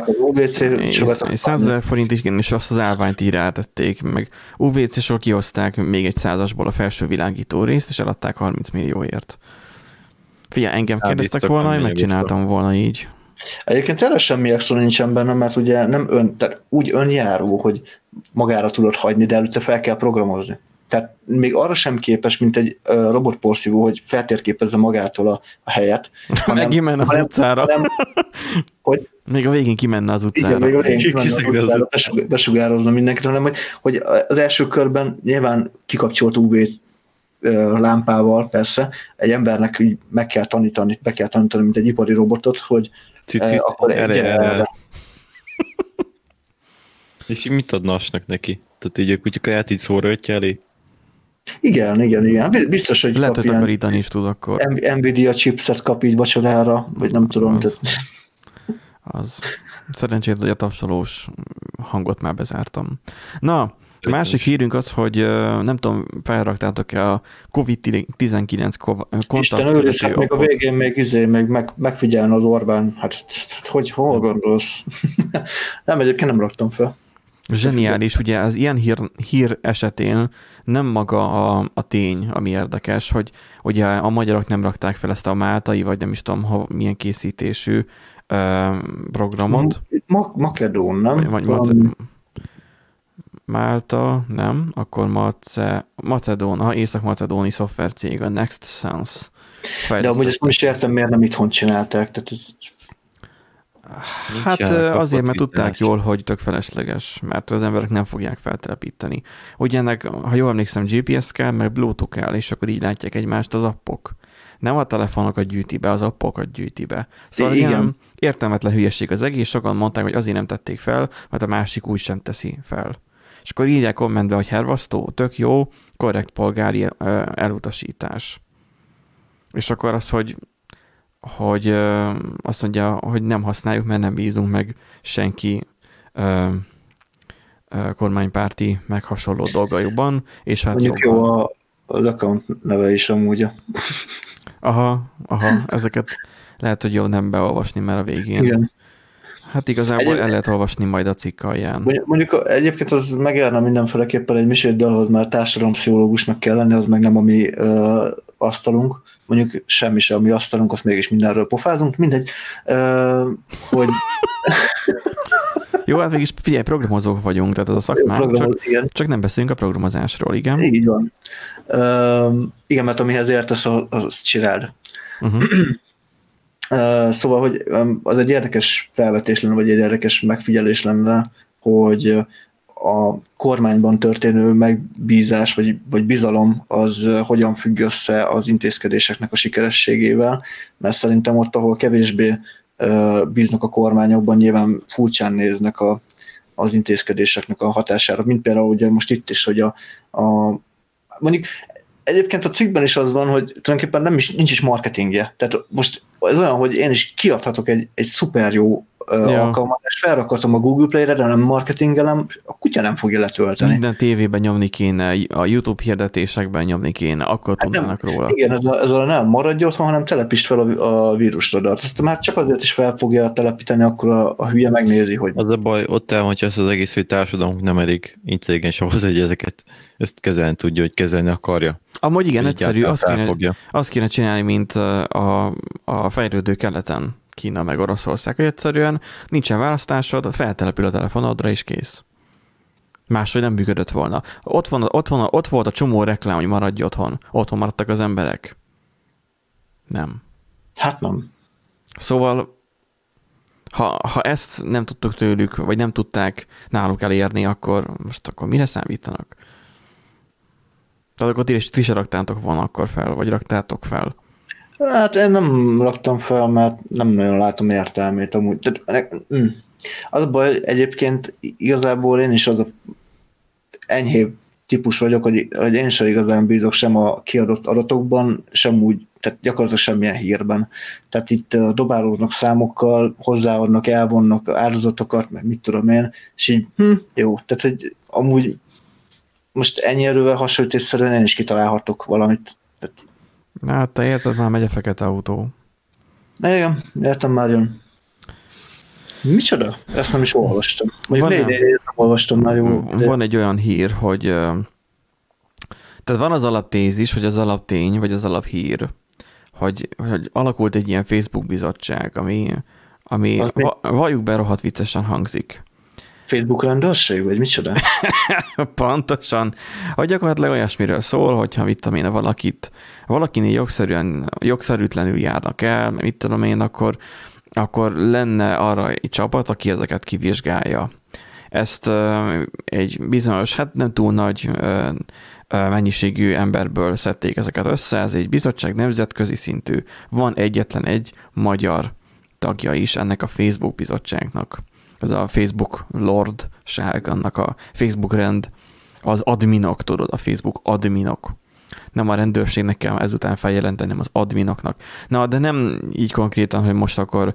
100 000 forint is, és azt az állványt így rátették, meg UVC-sor kihozták még egy 100-asból a felső világító részt, és eladták 30 millióért. Figyelj, engem kérdeztek volna, hogy megcsináltam volna így. Egyébként tényleg semmi extra nincsen benne, mert ugye nem tehát úgy önjáró, hogy magára tudod hagyni, de előtte fel kell programozni. Tehát még arra sem képes, mint egy robotporszívó, hogy feltérképezze magától a helyet. Megimenne az utcára. Hogy? Még a végén kimenne az utcára. Igen, még a végén kimenne az utcára, besugározna mindenkit, hanem hogy az első körben nyilván kikapcsolt UV lámpával persze, egy embernek így meg kell tanítani, mint egy ipari robotot, hogy akkor erre. És így mit adnásnak neki? Tehát így a kutyakaját így szóraötje elé? Igen. Biztos, hogy lehet, hogy takarítani is tud akkor. Nvidia chipset kap így vacsorára, vagy nem tudom. Az. Szerencsét, hogy a tapsolós hangot már bezártam. Na, a másik hírünk az, hogy nem tudom, felraktátok-e a COVID-19 Isten őriz, még a végén még megfigyelni az Orbán. Hát hol gondolsz? Nem, egyébként nem raktam fel. Zseniális, ugye az ilyen hír esetén nem maga a tény, ami érdekes, hogy ugye a magyarok nem rakták fel ezt a máltai, vagy nem is tudom, milyen készítésű programot. Makedón, nem? Vagy Málta, nem, akkor Macedón, észak-macedóni szoftvercég, a Next Sense. De amúgy ezt nem is értem, miért nem itthon csinálták, tehát ez... Hát azért, mert tudták jól, hogy tök felesleges, mert az emberek nem fogják feltelepíteni. Ugye ennek, ha jól emlékszem, GPS kell, meg Bluetooth kell, és akkor így látják egymást az appok. Nem a telefonokat gyűjti be, az appokat gyűjti be. Szóval igen, értelmetlen hülyeség az egész, sokan mondták, hogy azért nem tették fel, mert a másik úgy sem teszi fel. És akkor írják kommentbe, hogy hervasztó, tök jó, korrekt polgári elutasítás. És akkor az, hogy azt mondja, hogy nem használjuk, mert nem bízunk meg senki kormánypárti meg hasonló dolgaiban, és hát mondjuk jó az account neve is amúgy. Aha, ezeket lehet, hogy jó nem beolvasni, mert a végén. Igen. Hát igazából el lehet olvasni majd a cikk alján. Mondjuk egyébként az megérne mindenféleképpen egy misét, de ahhoz már társadalompszichológusnak kell lenni, az meg nem a mi asztalunk. Mondjuk semmi sem a mi asztalunk, azt mégis mindenről pofázunk. Mindegy, hogy... Jó, hát mégis figyelj, programozók vagyunk, tehát az a szakmánk, csak nem beszélünk a programozásról, igen? Így van. Igen, mert amihez értesz, azt csináld. Szóval, hogy az egy érdekes felvetés lenne, vagy egy érdekes megfigyelés lenne, hogy a kormányban történő megbízás, vagy bizalom az hogyan függ össze az intézkedéseknek a sikerességével, mert szerintem ott, ahol kevésbé bíznak a kormányokban, nyilván furcsán néznek az intézkedéseknek a hatására, mint például ugye most itt is, hogy mondjuk egyébként a cikkben is az van, hogy tulajdonképpen nincs is marketingje. Tehát most ez olyan, hogy én is kiadhatok egy szuper jó alkalmazást, felrakhatom a Google Play-re, de nem marketingelem, a kutya nem fogja letölteni. Minden tévében nyomni kéne, a YouTube hirdetésekben nyomni kéne, akkor tudnának róla. Igen, ez a nem maradj otthon, hanem telepítsd fel a vírusradart. Azt már csak azért is fel fogja telepíteni, akkor a hülye megnézi, hogy... Az a baj, ott elmondja ezt az egész, hogy társadalmunk nem elég intelligens ahhoz, hogy ezt kezelni tudja, hogy kezelni akarja. Amúgy igen, egyszerű, azt kéne csinálni, mint a fejlődő keleten, Kína meg Oroszország, hogy egyszerűen nincsen választásod, feltelepül a telefonodra és kész. Máshogy nem működött volna. Ott volt a csomó reklám, hogy maradj otthon. Otthon maradtak az emberek. Nem. Hát nem. Szóval, ha ezt nem tudtuk tőlük, vagy nem tudták náluk elérni, akkor mire számítanak? Tehát akkor ti se raktátok volna akkor fel, vagy raktátok fel? Hát én nem raktam fel, mert nem nagyon látom értelmét amúgy. Az a baj, egyébként igazából én is az a enyhébb típus vagyok, hogy én sem igazán bízok sem a kiadott adatokban, sem úgy, tehát gyakorlatilag semmilyen hírben. Tehát itt dobálóznak számokkal, hozzáadnak, elvonnak áldozatokat, meg mit tudom én, és így jó. Tehát hogy amúgy most ennyi erővel hasonlítésszerűen én is kitalálhatok valamit. Tehát... Hát te érted, már megy a fekete autó. Igen, értem már jön. Micsoda? Ezt nem is olvastam. Mondjuk nem olvastam már jó. Van egy olyan hír, hogy tehát van az alaptézis, vagy az alaptény, vagy az alaphír, hogy alakult egy ilyen Facebook bizottság, ami valljuk be rohadt viccesen hangzik. Facebook rendőrség, vagy micsoda? Pontosan. Hogy gyakorlatilag olyasmiről szól, hogyha mit tudom én, valakinél jogszerűtlenül járnak el, mit tudom én, akkor lenne arra egy csapat, aki ezeket kivizsgálja. Ezt egy bizonyos, hát nem túl nagy mennyiségű emberből szedték ezeket össze, ez egy bizottság nemzetközi szintű. Van egyetlen egy magyar tagja is ennek a Facebook bizottságnak. Ez a Facebook lordság, annak a Facebook rend, az adminok, tudod, a Facebook adminok. Nem a rendőrségnek kell ezután feljelenteni, hanem az adminoknak. Na, de nem így konkrétan, hogy most akkor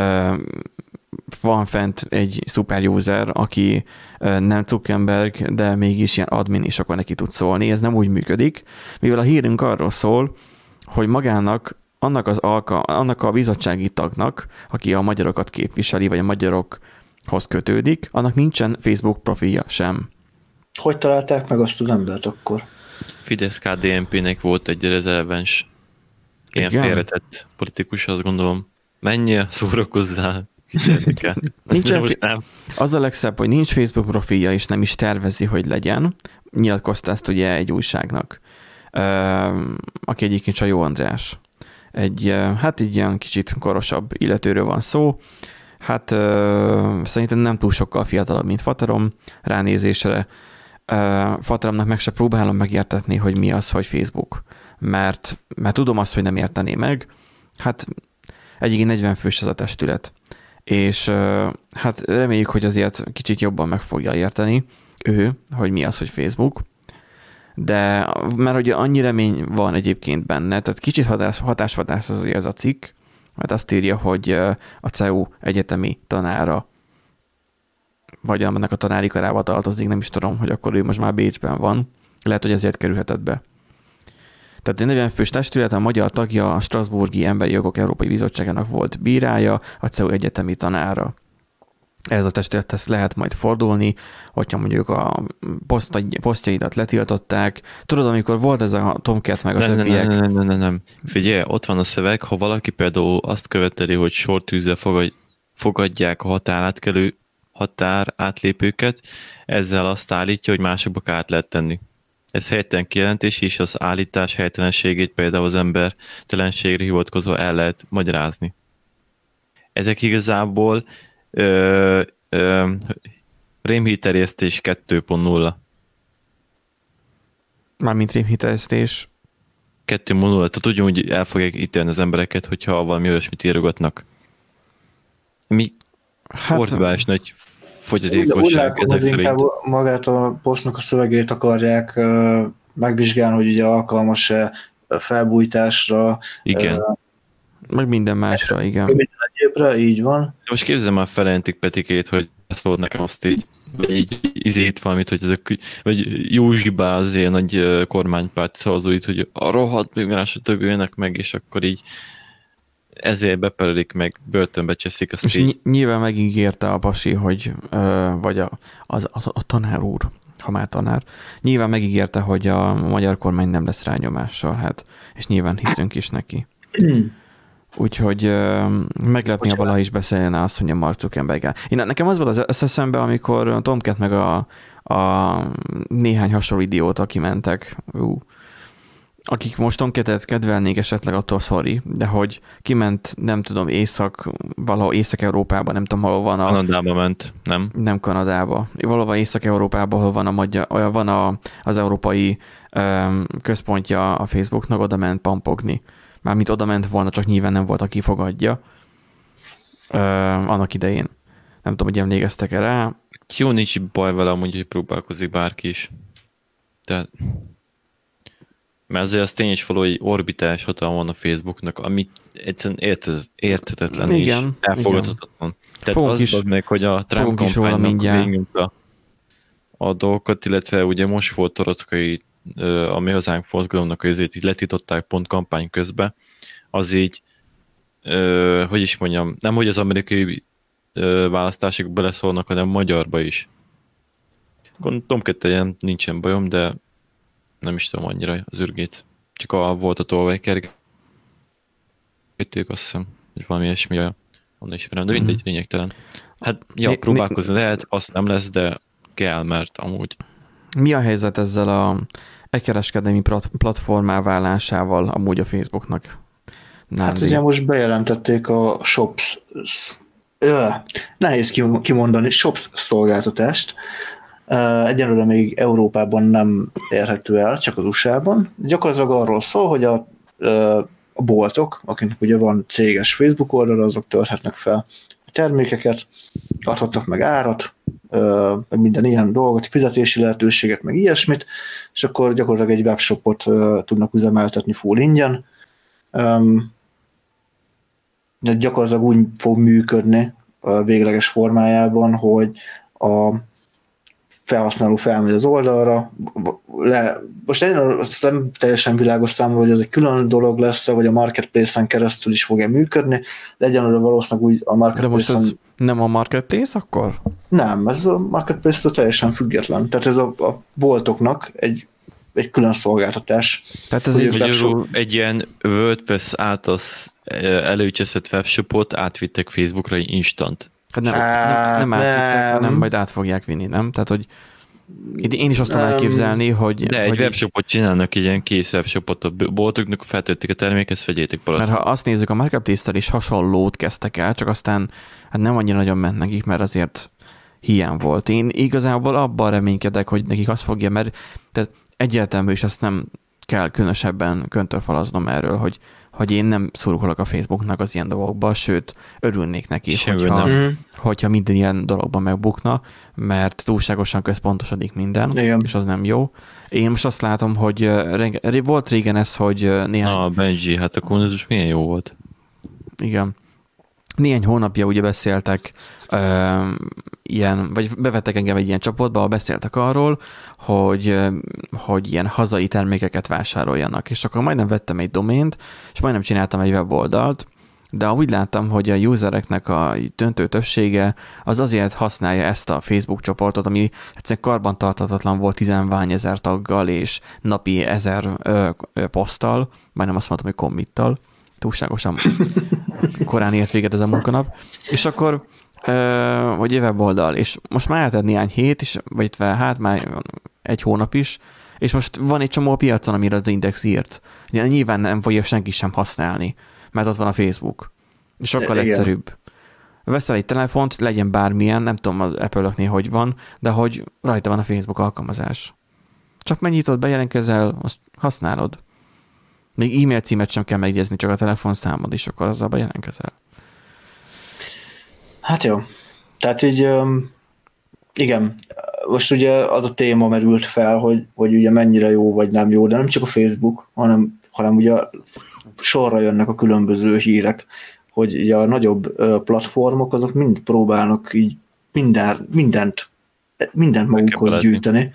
van fent egy szuper user, aki nem Zuckerberg, de mégis ilyen admin, és akkor neki tud szólni. Ez nem úgy működik, mivel a hírünk arról szól, hogy magának, annak a bizottsági tagnak, aki a magyarokat képviseli, vagy a magyarokhoz kötődik, annak nincsen Facebook profilja sem. Hogy találták meg azt az embert akkor? Fidesz-KDNP-nek volt egy releváns ilyen félretett politikus, azt gondolom. Menjél, szórakozzál, kicsernikkel. Az a legszebb, hogy nincs Facebook profilja, és nem is tervezi, hogy legyen. Nyilatkozta ezt ugye egy újságnak, aki egyébként Csajó András. Egy ilyen kicsit korosabb illetőről van szó. Hát szerintem nem túl sokkal fiatalabb, mint Faterom ránézésre. Fateromnak meg se próbálom megértetni, hogy mi az, hogy Facebook. Mert tudom azt, hogy nem értené meg. Hát egyik 40 fős ez a testület. És hát reméljük, hogy azért kicsit jobban meg fogja érteni ő, hogy mi az, hogy Facebook. De mert ugye annyi remény van egyébként benne, tehát kicsit hatásvadász az ez a cikk, mert azt írja, hogy a CEU egyetemi tanára, vagy annak a tanári karába tartozik, nem is tudom, hogy akkor ő most már Bécsben van. Lehet, hogy ezért kerülhetett be. Tehát a 40 fős testület, a magyar tagja, a Strasbourgi Emberi Jogok Európai Bizottságának volt bírája, a CEU egyetemi tanára. Ez a testülethez lehet majd fordulni, hogyha mondjuk a posztjaidat letiltották. Tudod, amikor volt ez a Tomcat meg a többiek? Nem. Figyelj, ott van a szöveg, ha valaki például azt követeli, hogy sortűzzel fogadják a határátlépőket, ezzel azt állítja, hogy másokba át lehet tenni. Ez helytelen kijelentés, és az állítás helytelenségét például az embertelenségre hivatkozva el lehet magyarázni. Ezek igazából rémhírterjesztés 2.0. Mármint rémhírterjesztés 2.0, tehát ugyanúgy el fogják ítélni az embereket, hogyha valami olyasmit írogatnak. Mi ordinális nagy fogyatékosság ezek szerint. Magát a posztnak a szövegét akarják megvizsgálni, hogy ugye alkalmas-e felbújtásra. Igen. Meg minden másra, igen. Minden egyébre, így van. De most képzelem már Felentik Petikét, hogy szólt nekem azt így, vagy így izét valamit, hogy ezek, vagy Józsibá az ilyen nagy kormánypárt szavazóit, hogy a rohadt migránsok többüljenek meg, és akkor így ezért bepelelik meg, börtönbe cseszik azt és így. Nyilván megígérte a pasi, hogy vagy a tanár úr, ha már tanár, nyilván megígérte, hogy a magyar kormány nem lesz rányomással, hát, és nyilván hiszünk is neki. Úgyhogy meglepni, ha valaha is beszélne azt, hogy a Mark Zuckerberg-el. Nekem az volt az eszembe, amikor Tomcat meg a néhány hasonló idióta kimentek, akik most Tomcatet kedvelnék esetleg, attól sorry, de hogy kiment, nem tudom, valahol Észak-Európában, nem tudom, hol van Kanadába ment, nem? Nem Kanadába. Valahol Észak-Európában, hol van az európai központja a Facebooknak, oda ment pampogni. Mármint oda ment volna, csak nyilván nem volt, aki fogadja annak idején. Nem tudom, hogy emlékeztek rá. Jó, nincs baj vele amúgy, hogy próbálkozik bárki is. Tehát... Mert azért az tény is való, hogy orbitális hatalma van a Facebooknak, ami egyszerűen érthetetlen és elfogadhatatlan. Tehát fogunk az meg, hogy a Trump kampánynak végignyomta a dolgokat, illetve ugye most volt Torockai, a Mi Hazánk mozgalomnak azért így letították pont kampány közben, az így, hogy is mondjam, nem hogy az amerikai választások beleszólnak, hanem magyarba is. Tomcat nincsen bajom, de nem is tudom annyira az ürgét. Csak volt a tolvajkergették, azt hiszem, hogy valami ilyesmi, onnan ismerem, de mindegy, lényegtelen. Hát, próbálkozni lehet, azt nem lesz, de kell, mert amúgy. Mi a helyzet ezzel a e-kereskedelmi platformá válásával amúgy a Facebooknak? Hát ugye most bejelentették a Shops, nehéz kimondani, Shops szolgáltatást. Egyenlőre még Európában nem érhető el, csak az USA-ban. Gyakorlatilag arról szól, hogy a boltok, akiknek ugye van céges Facebook oldal, azok tölthetnek fel a termékeket, adhatnak meg árat, meg minden ilyen dolgot, fizetési lehetőséget, meg ilyesmit, és akkor gyakorlatilag egy webshopot tudnak üzemeltetni full ingyen. De gyakorlatilag úgy fog működni a végleges formájában, hogy a felhasználó felmegy az oldalra, most azt nem teljesen világos számomra, hogy ez egy külön dolog lesz, vagy a Marketplace-en keresztül is fog-e működni, de egyenlőre valószínűleg úgy a Marketplace-en... De most ez nem a Marketplace akkor? Nem, ez a Marketplace teljesen független. Tehát ez a boltoknak egy külön szolgáltatás. Tehát ez egy ilyen WordPress által előcseszett webshopot átvittek Facebookra instant. Nem átvittek, hanem majd át fogják vinni, nem? Tehát, hogy én is azt tudom elképzelni, hogy... De egy webshopot csinálnak, egy ilyen kész webshopot a boltoknak, feltették a terméket, vegyétek palaszt. Mert ha azt nézzük, a Marketplace-tel is hasonlót kezdtek el, csak aztán hát nem annyira nagyon ment nekik, mert azért hiány volt. Én igazából abban reménykedek, hogy nekik azt fogja, mert tehát egyértelmű, és ezt nem kell különösebben köntörfalaznom erről, hogy én nem szurkolok a Facebooknak az ilyen dolgokba, sőt, örülnék neki, hogyha minden ilyen dologban megbukna, mert túlságosan központosodik minden, igen. És az nem jó. Én most azt látom, hogy volt régen ez, hogy néhány... Benji, hát akkor ez most milyen jó volt. Igen. Néhány hónapja ugye beszéltek vagy bevettek engem egy ilyen csoportba, ahol beszéltek arról, hogy ilyen hazai termékeket vásároljanak, és akkor majdnem vettem egy domént, és majdnem csináltam egy weboldalt, de úgy láttam, hogy a usereknek a döntő többsége az azért használja ezt a Facebook csoportot, ami egyszerűen karbantarthatatlan volt 10,000 taggal, és napi 1000 poszttal, majdnem azt mondtam, hogy committal, túlságosan korán ért véget ez a munkanap, és akkor vagy weboldal, és most már eltelt néhány hét is, vagy hát már egy hónap is, és most van egy csomó a piacon, amire az Index írt. Nyilván nem fogja senki sem használni, mert ott van a Facebook. És sokkal egyszerűbb. Veszel egy telefont, legyen bármilyen, nem tudom az Apple-öknél hogy van, de hogy rajta van a Facebook alkalmazás. Csak megnyitod, bejelentkezel, azt használod. Még e-mail címet sem kell megjegyezni, csak a telefonszámod, és akkor azzal bejelentkezel. Hát jó. Tehát így Igen, most ugye az a téma merült fel, hogy ugye mennyire jó vagy nem jó, de nem csak a Facebook, hanem ugye sorra jönnek a különböző hírek, hogy ugye a nagyobb platformok azok mind próbálnak így mindent magukhoz gyűjteni.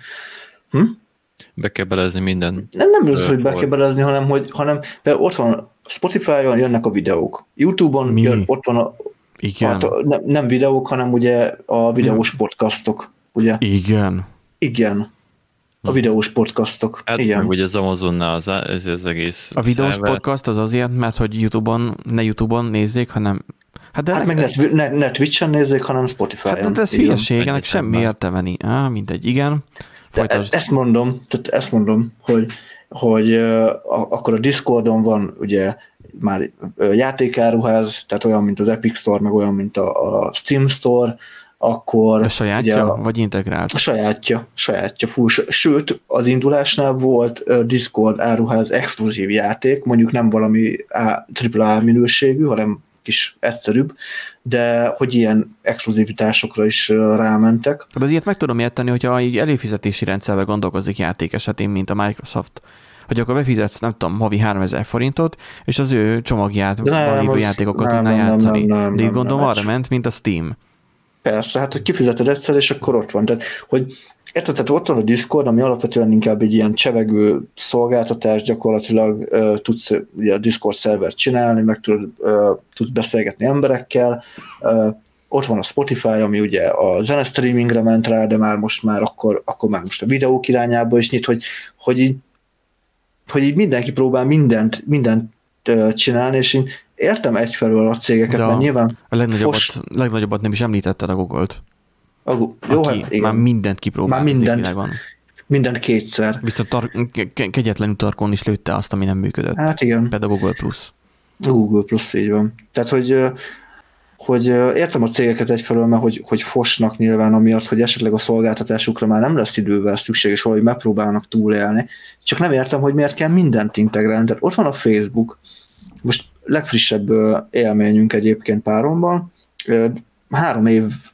Be kell belezni minden. Nem az, hogy be kell belezni, hanem ott van Spotify-on jönnek a videók. YouTube-on ott van nem videók, hanem ugye a videós podcastok. Ugye? Igen. A videós podcastok. Hát igen. meg ugye az Amazonnál az egész a videós podcast az azért, mert hogy ne YouTube-on nézzék, hanem meg ne Twitch-en nézzék, hanem Spotify-on. Hát ez hülyeség, ennek semmi értelme. Mindegy, igen. Ezt mondom, hogy akkor a Discordon van ugye már játékáruház, tehát olyan, mint az Epic Store, meg olyan, mint a Steam Store, akkor... De sajátja, vagy integrált? A sajátja. Sőt, az indulásnál volt Discord áruház exkluzív játék, mondjuk nem valami AAA minőségű, hanem kis egyszerűbb, de hogy ilyen exkluzivitásokra is rámentek. De az ilyet meg tudom érteni, hogyha így előfizetési rendszerben gondolkozik játék esetén, mint a Microsoft, hogy akkor befizetsz, nem tudom, havi 3000 forintot, és az ő csomagjában lévő játékokat tudnál játszani. De itt gondolom arra ment, mint a Steam. Persze, hát hogy kifizeted egyszer, és akkor ott van. Tehát, hogy érted, tehát ott van a Discord, ami alapvetően inkább egy ilyen csevegő szolgáltatás, gyakorlatilag tudsz ugye a Discord szervert csinálni, meg tudsz beszélgetni emberekkel. Ott van a Spotify, ami ugye a zenestreamingre ment rá, de már akkor már most a videók irányába is nyit, hogy így mindenki próbál mindent csinálni, és én értem egyfelől a cégeket, mert nyilván... A legnagyobbat nem is említetted a Google-t. Jó, hát igen. Már mindent kipróbált az világon. Mindent kétszer. Viszont kegyetlenül tarkon is lőtte azt, ami nem működött. Hát igen. Például a Google Plus. A Google Plus, így van. Tehát, hogy értem a cégeket egyfelől, mert hogy fosnak nyilván amiatt, hogy esetleg a szolgáltatásukra már nem lesz idővel szükséges, valahogy megpróbálnak túlélni. Csak nem értem, hogy miért kell mindent integrálni. Tehát ott van a Facebook, most legfrissebb élményünk egyébként páromban, 3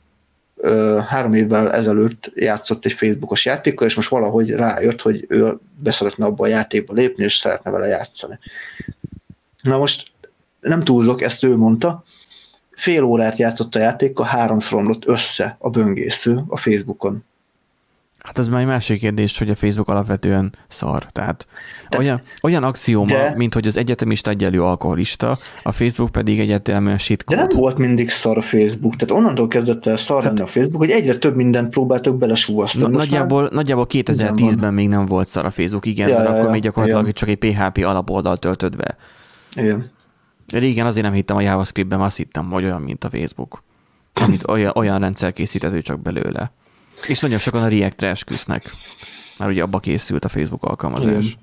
évvel ezelőtt játszott egy Facebookos játékkal, és most valahogy rájött, hogy ő beszeretne abba a játékba lépni, és szeretne vele játszani. Na most nem túlzok, ezt ő mondta, fél órát játszott a játékkal, 3-szor omlott össze a böngésző a Facebookon. Hát ez már egy másik kérdés, hogy a Facebook alapvetően szar. Tehát olyan axióma, mint hogy az egyetemista egyelő alkoholista, a Facebook pedig egyértelműen shitcode. De nem volt mindig szar a Facebook, tehát onnantól kezdett el szar lenni a Facebook, hogy egyre több mindent próbáltak belesúvasztani. Nagyjából 2010-ben még nem volt szar a Facebook, igen, mert akkor még gyakorlatilag csak egy PHP alapoldal töltött be. Igen. Régen azért nem hittem a JavaScriptben, azt hittem, hogy olyan, mint a Facebook. Amit olyan rendszer készíthető csak belőle. És nagyon sokan a React-re esküsznek, mert ugye abba készült a Facebook alkalmazás.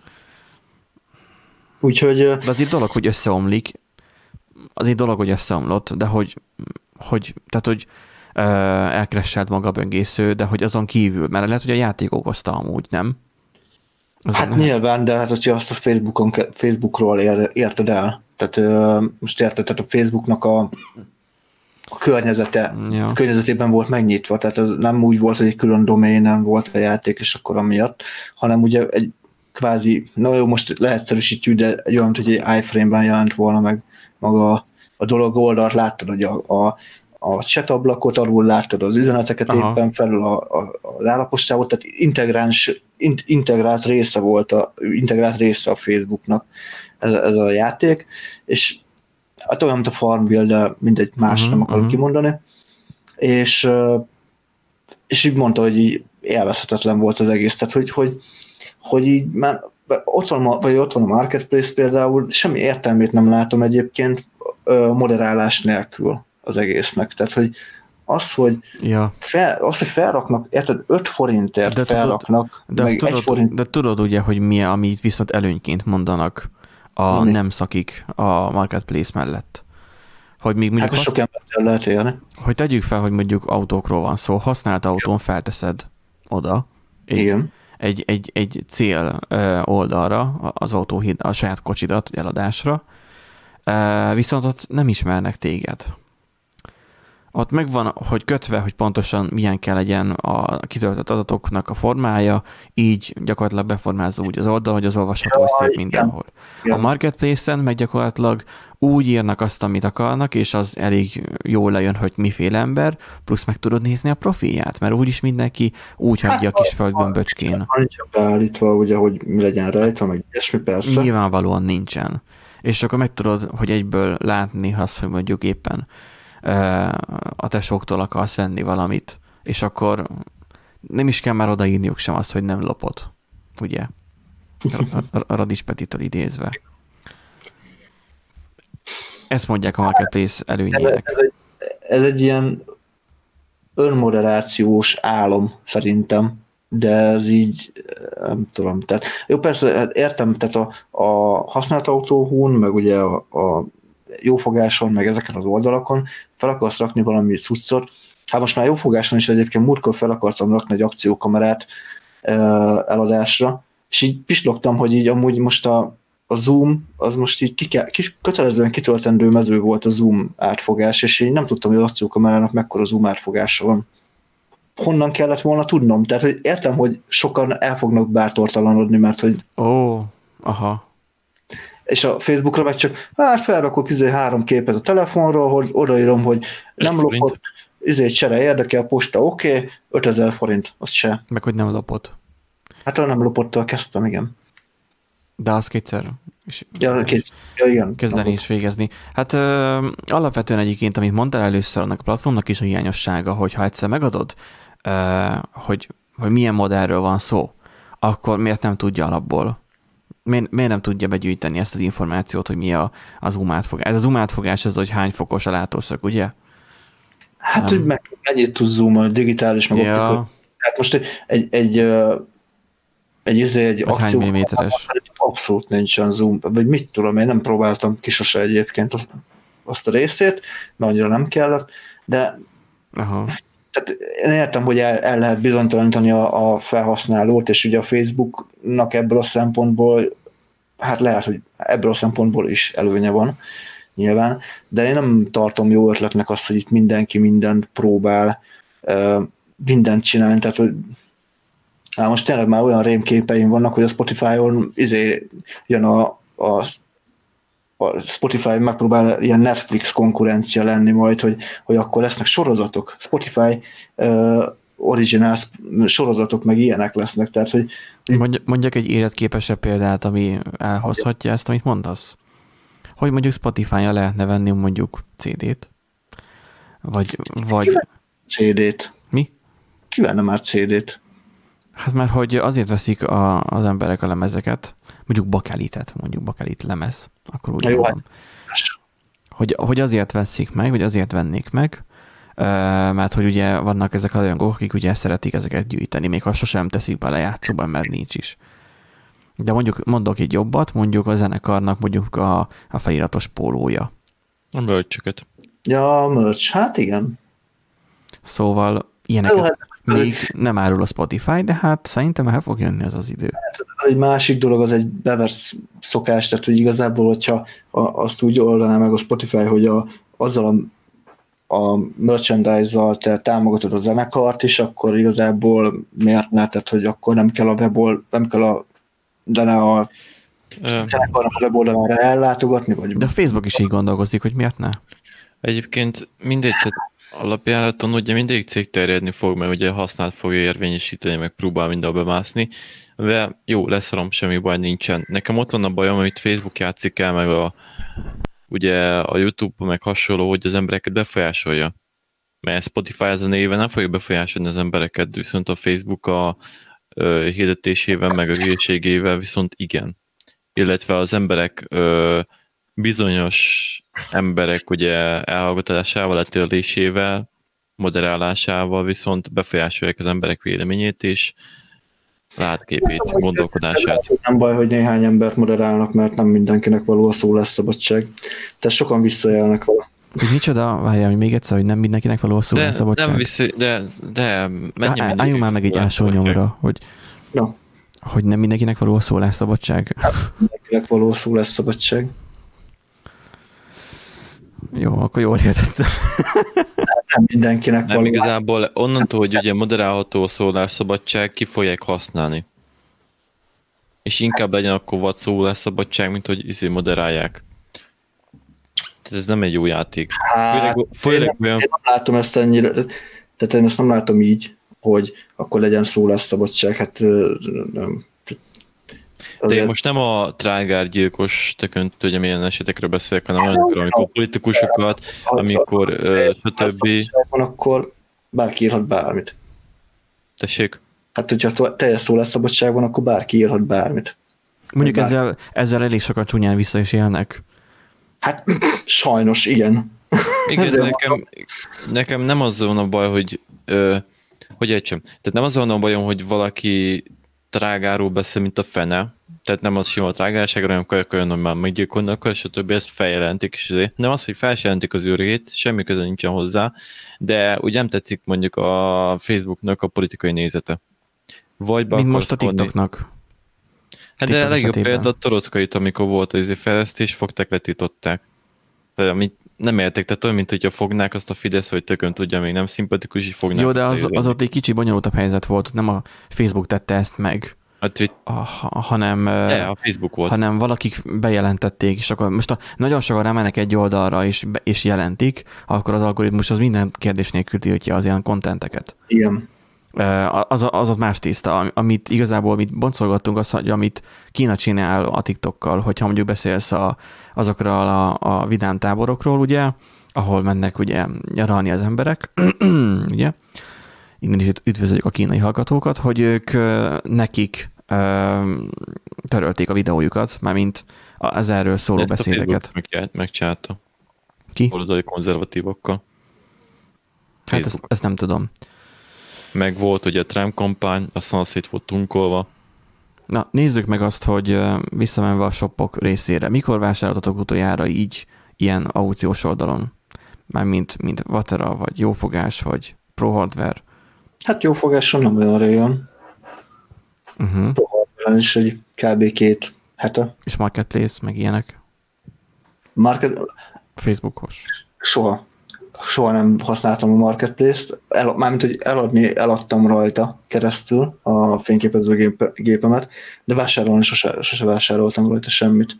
Úgyhogy... De az egy dolog, hogy összeomlik, az egy dolog, hogy összeomlott, de hogy elcrashelt maga a böngésző, de hogy azon kívül, mert lehet, hogy a játék okozta amúgy, nem? Hát nyilván, de hát hogyha azt a Facebookról érted el, tehát most érted, tehát a Facebooknak a környezetében volt megnyitva, tehát ez nem úgy volt, hogy egy külön doménen volt a játék, és akkor amiatt, hanem ugye egy kvázi, na jó, most leegyszerűsítjük, de egy olyan, hogy egy iframe-ben jelent volna meg maga a dolog oldalt, láttad, hogy a chat ablakot, alul láttad az üzeneteket, éppen felül az állapostávot, tehát integrált része a Facebooknak ez a játék, és hát olyan, mint a Farmville, de mindegy más nem akarok kimondani, és így mondta, hogy így élvezhetetlen volt az egész, tehát hogy így már ott van a Marketplace például, semmi értelmét nem látom egyébként moderálás nélkül az egésznek, tehát hogy hogy felraknak, érted, 5 forintért felraknak, meg 1 forint. De tudod ugye, hogy mi, amit viszont előnyként mondanak a nem szakik a Marketplace mellett. Hogy még mondjuk sok emberrel lehet élni. Hogy tegyük fel, hogy mondjuk autókról van szó, használt autón felteszed oda egy cél oldalra az autóhíd, a saját kocsidat eladásra, viszont ott nem ismernek téged. ott megvan, hogy kötve, hogy pontosan milyen kell legyen a kitöltött adatoknak a formája, így gyakorlatilag beformázza úgy az oldal, hogy az olvasható és szép mindenhol. A Marketplace-en meg gyakorlatilag úgy írnak azt, amit akarnak, és az elég jól lejön, hogy miféle ember, plusz meg tudod nézni a profilját, mert úgyis mindenki úgy hagyja a kis földgömböcskén. Nincs beállítva, ugye, hogy mi legyen rajta, meg ilyesmi, persze. Nyilvánvalóan nincsen. És akkor meg tudod, hogy egyből látni azt, hogy mondjuk éppen a tesóktól akarsz venni valamit, és akkor nem is kell már odaírniuk sem azt, hogy nem lopod, ugye? A Radics Petitől idézve. Ezt mondják a Marketplace előnyének. Ez egy ilyen önmoderációs álom szerintem, de ez így nem tudom. Tehát, jó, persze értem, tehát a használt autóhún, meg ugye a jófogáson, meg ezeken az oldalakon fel akarsz rakni valami cuccot. Hát most már jófogáson is egyébként múltkor fel akartam rakni egy akciókamerát eladásra, és így pislogtam, hogy így amúgy most a zoom, az most így kötelezően kitöltendő mező volt a zoom átfogás, és én nem tudtam, hogy az akciókamerának mekkora zoom átfogása van. Honnan kellett volna tudnom? Tehát hogy értem, hogy sokan el fognak bátortalanodni, mert hogy... Aha. És a Facebookra meg csak, felrakok 3 képet a telefonról, hogy odaírom, hogy nem lopott, csere érdekel, posta oké, 5000 forint, az se. Meg hogy nem lopott. Hát nem lopottal kezdtem, igen. De az kétszer. Igen. Kezdeni is végezni. Hát alapvetően egyébként, amit mondtál először, annak a platformnak is a hiányossága, hogy ha egyszer megadod, hogy milyen modellről van szó, akkor miért nem tudja alapból? Miért nem tudja begyűjteni ezt az információt, hogy mi a zoom átfogás? Ez a zoom átfogás, ez, hogy hány fokos a látószög, ugye? Hát, hogy mennyit tud zoomolni, digitális, meg optikai. Hát most egy akció, abszolút nincsen zoom, vagy mit tudom, én nem próbáltam ki sose egyébként azt a részét, mert annyira nem kellett, de tehát én értem, hogy el lehet bizonytalanítani a felhasználót, és ugye a Facebooknak ebből a szempontból, hát lehet, hogy ebből a szempontból is előnye van, nyilván, de én nem tartom jó ötletnek azt, hogy itt mindenki mindent próbál, mindent csinálni, tehát hogy most tényleg már olyan rémképeim vannak, hogy a Spotify-on jön a Spotify megpróbál ilyen Netflix konkurencia lenni majd, hogy akkor lesznek sorozatok, Spotify original sorozatok, meg ilyenek lesznek. Tehát, hogy... Mondjak egy életképesebb példát, ami elhozhatja ezt, amit mondasz. Hogy mondjuk Spotify-ja lehetne venni mondjuk CD-t? Vagy... CD-t? Mi? Ki venne már CD-t? Hát már, hogy azért veszik az emberek a lemezeket, mondjuk bakelit lemez, akkor úgy mondom. Hogy azért veszik meg, vagy azért vennék meg, mert hogy ugye vannak ezek a olyanok, akik ugye szeretik ezeket gyűjteni, még ha sosem teszik be a lejátszóban, mert nincs is. De mondok egy jobbat, mondjuk a zenekarnak mondjuk a feliratos pólója. A merch-öket. Ja, a merch, hát igen. Szóval ilyeneket még nem árul a Spotify, de hát szerintem el fog jönni az idő. Egy másik dolog, az egy bevert szokás, tehát hogy igazából, hogyha azt úgy oldaná meg a Spotify, hogy azzal a merchandise-zal te támogatod a zenekart is, akkor igazából miért ne? Tehát, hogy akkor nem kell a zenekarnak a weboldalára ellátogatni? Vagy... De a Facebook is így gondolkozik, hogy miért ne? Egyébként mindegy, alapjáraton ugye mindig cég terjedni fog, mert ugye használt fogja érvényesíteni, meg próbál mindenhol bemászni, de jó, leszarom, semmi baj nincsen. Nekem ott van a bajom, amit Facebook játszik el, meg ugye a YouTube, meg hasonló, hogy az embereket befolyásolja. Mert Spotify ez a néven nem fogja befolyásolni az embereket, viszont a Facebook a hirdetésével, meg a hírségével viszont igen. Illetve az emberek bizonyos emberek ugye elhallgatásával, letörlésével, moderálásával viszont befolyásolják az emberek véleményét és látképét, gondolkodását. Nem baj, hogy néhány embert moderálnak, mert nem mindenkinek való a szólásszabadság. Tehát sokan visszajelnek vele. Micsoda? Várjál, még egyszer, hogy nem mindenkinek való a szólásszabadság. De álljunk már meg egy alsó nyomra, hogy nem mindenkinek való a szólásszabadság. Mindenkinek való a szólásszabadság. Jó, akkor jól értettem. nem mindenkinek Nem való. igazából onnantól, hogy ugye moderálható a szólásszabadság, ki fogják használni. És inkább legyen akkor vad szólásszabadság, mint hogy moderálják. Tehát ez nem egy jó játék. Hát, Főleg olyan... én nem látom ezt ennyire, tehát én ezt nem látom így, hogy akkor legyen szólásszabadság, hát nem. De én most nem a trágárgyilkos tökönt, milyen esetekről beszélek, hanem olyanokról, amikor politikusokat, amikor stb. Van, akkor bárki írhat bármit. Tessék? Hát, hogyha teljes szólásszabadság van, akkor bárki írhat bármit. Mondjuk ezzel elég sokan csúnyán vissza is élnek. Hát sajnos, igen. Igen, nekem nem az van a baj, hogy értsem. Tehát nem az van a bajom, hogy valaki trágáról beszél, mint a fene. Tehát nem az sima trágárságra, hanem olyan, hogy már meggyilkolnak, és a többi ezt feljelentik, és azért nem az, hogy feljelentik az őrét, semmi köze nincsen hozzá, de úgy nem tetszik mondjuk a Facebooknak a politikai nézete. Vagy mint most a TikToknak. Hát de a legjobb példa a Torockait, amikor volt az fejlesztés, fogták, letiltották. Amit nem értek, tehát olyan, mint hogyha fognák azt a Fidesz, vagy tökön tudja, még nem szimpatikus, így fognák. Jó, de az ott egy kicsi bonyolultabb helyzet volt, nem a Facebook tette ezt meg, hanem, a Facebook volt. hanem valakik bejelentették, és akkor most nagyon sokan rámennek egy oldalra, és jelentik, akkor az algoritmus az minden kérdés nélkül tiltja az ilyen kontenteket. Igen. Az más tészta, amit igazából boncolgattunk, az, hogy amit Kína csinál a TikTokkal, hogyha mondjuk beszélsz azokról a vidám táborokról, ugye, ahol mennek ugye nyaralni az emberek, ugye, innen is üdvözöljük a kínai hallgatókat, hogy ők nekik törölték a videójukat, mármint az erről szóló ezt beszédeket. Megcsinálta. Ki? Oldali konzervatívokkal. Hát ezt nem tudom. Meg volt ugye a Trump kampány, aztán szét volt tunkolva. Na, nézzük meg azt, hogy visszamenve a shopok részére. Mikor vásároltatok utoljára így ilyen aukciós oldalon? Mármint mint Vatera, vagy Jófogás, vagy Pro Hardware? Hát Jófogáson nem olyan régen. Pro Hardware is egy kb. 2 hete. És Marketplace, meg ilyenek? Facebookos. Soha nem használtam a Marketplace-t, mármint, hogy eladtam rajta keresztül a fényképezőgépemet, de vásárolni sose vásároltam rajta semmit.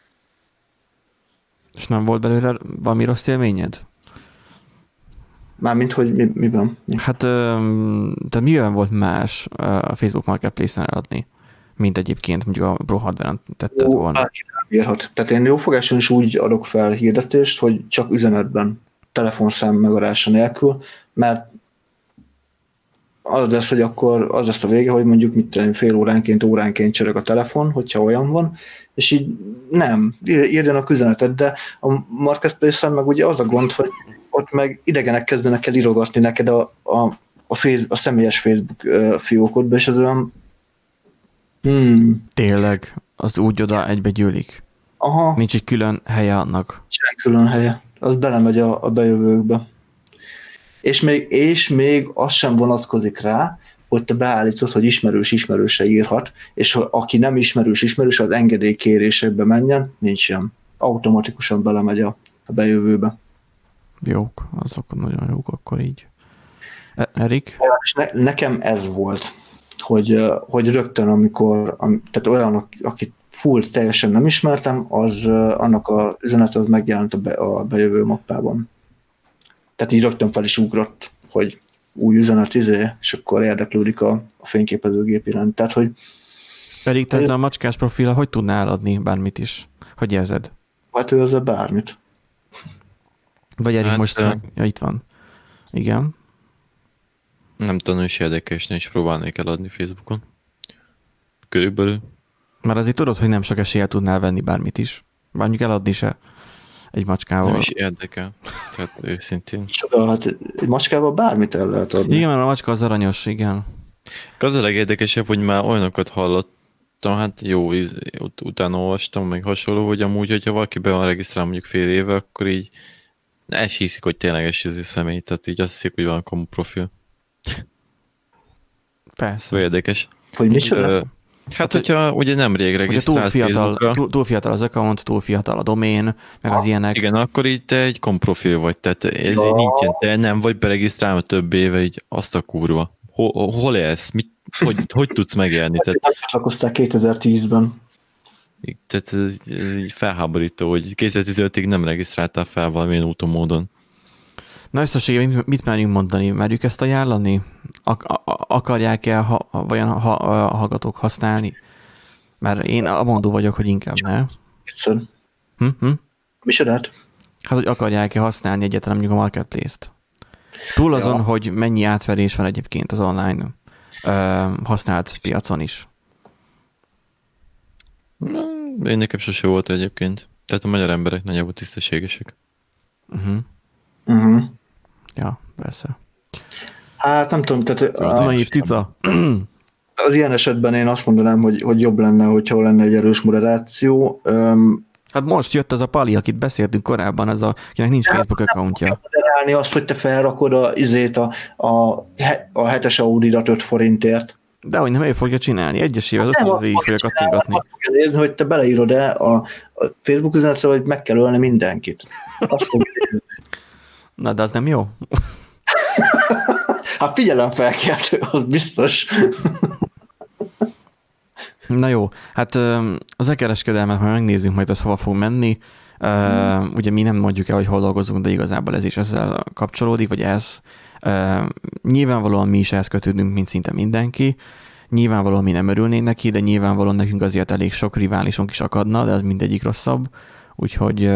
És nem volt belőle valami rossz élményed? Mármint, hogy miben? Hát, de miben volt más a Facebook Marketplace-en eladni, mint egyébként mondjuk a Pro Hardware-en tetted volna? Bárki írhat. Tehát én Jófogáson is úgy adok fel hirdetést, hogy csak üzenetben, telefonszám megadása nélkül, mert az lesz, hogy akkor az lesz a vége, hogy mondjuk mit tudom, fél óránként csörög a telefon, hogyha olyan van, és így nem, írjanak üzenetet, de a Marketplace-en meg ugye az a gond, hogy ott meg idegenek kezdenek el írogatni neked a személyes Facebook fiókodba, és az olyan Tényleg, az úgy oda egybe gyűlik. Aha. Nincs egy külön helye annak. Nincsen külön helye. Az belemegy a bejövőkbe. És még az sem vonatkozik rá, hogy te beállítod, hogy ismerőse írhat, és aki nem ismerős, az engedélykérésekbe menjen, nincs ilyen. Automatikusan belemegy a bejövőbe. Jók, azok nagyon jók akkor így. Erik? Nekem ez volt, hogy rögtön tehát olyan, akit full teljesen nem ismertem, annak az üzenet az megjelent a bejövő mappában. Tehát így rögtön fel is ugrott, hogy új üzenet és akkor érdeklődik a fényképezőgép iránt. Tehát, hogy... Pedig te ezzel a macskás profilra hogy tudnál eladni bármit is? Hogy érzed? Hát ő ezzel bármit. Vagy Erik most... Ja, itt van. Igen. Nem tudom, is érdekes, nem is próbálnék eladni Facebookon. Körülbelül. Mert azért tudod, hogy nem sok eséllyel tudnál venni bármit is. Bármik eladni se egy macskával. Nem is érdekel. Tehát őszintén. Hát egy macskával bármit el lehet adni. Igen, mert a macska az aranyos, igen. Az a legérdekesebb, hogy már olyanokat hallottam, hát jó, utána olvastam, meg hasonló, hogy amúgy, hogyha valaki be van regisztrál mondjuk fél éve, akkor így el is hiszik, hogy tényleges ez a személy, tehát így azt hiszik, hogy van komu profil. Persze. Érdekes. Hogy micsoda? Hát, hogyha ugye nemrég regisztrált túl fiatal az account, túl fiatal a domén, meg az ilyenek. Igen, akkor így te egy komprofil vagy, tehát ez így nincsen, te nem vagy beregisztrálva több éve, így azt a kurva. Hol élsz? Hogy tudsz megélni? Csatlakozták 2010-ben. Tehát ez így felháborító, hogy 2015-ig nem regisztráltál fel valamilyen úton, módon. Na összességében mit merjünk mondani? Merjük ezt ajánlani? Akarják-e vajon hallgatók használni? Mert én amondó vagyok, hogy inkább ne. Micsodát? Hát, hogy akarják-e használni egyáltalán mondjuk a Marketplace-t? Túl azon, hogy mennyi átverés van egyébként az online használt piacon is. Én nekem sose volt egyébként. Tehát a magyar emberek nagyjából tisztességesek. Ja, persze. Hát nem tudom, tehát... Az naív cica. Az ilyen esetben én azt mondanám, hogy jobb lenne, hogyha lenne egy erős moderáció. Hát most jött az a Pali, akit beszéltünk korábban, az akinek nincs Facebook accountja. Moderálni azt, hogy te felrakod a hetes Audi-dat 5 forintért. De hogy nem ő fogja csinálni, egyesével az azt végig fogja kattingatni. Azt fogja nézni, hogy te beleírod-e a Facebook üzenetre, hogy meg kell ölni mindenkit. Azt fogja nézni. Na, de az nem jó? Hát figyelemfelkeltő, az biztos. Na jó, hát az e-kereskedelmet majd megnézzük, majd az hova fog menni. Ugye mi nem mondjuk el, hogy hol dolgozunk, de igazából ez is ezzel kapcsolódik, vagy ez. Nyilvánvalóan mi is ehhez kötődünk, mint szinte mindenki. Nyilvánvalóan mi nem örülnénk neki, de nyilvánvalóan nekünk azért elég sok riválisunk is akadna, de az mindegyik rosszabb. Úgyhogy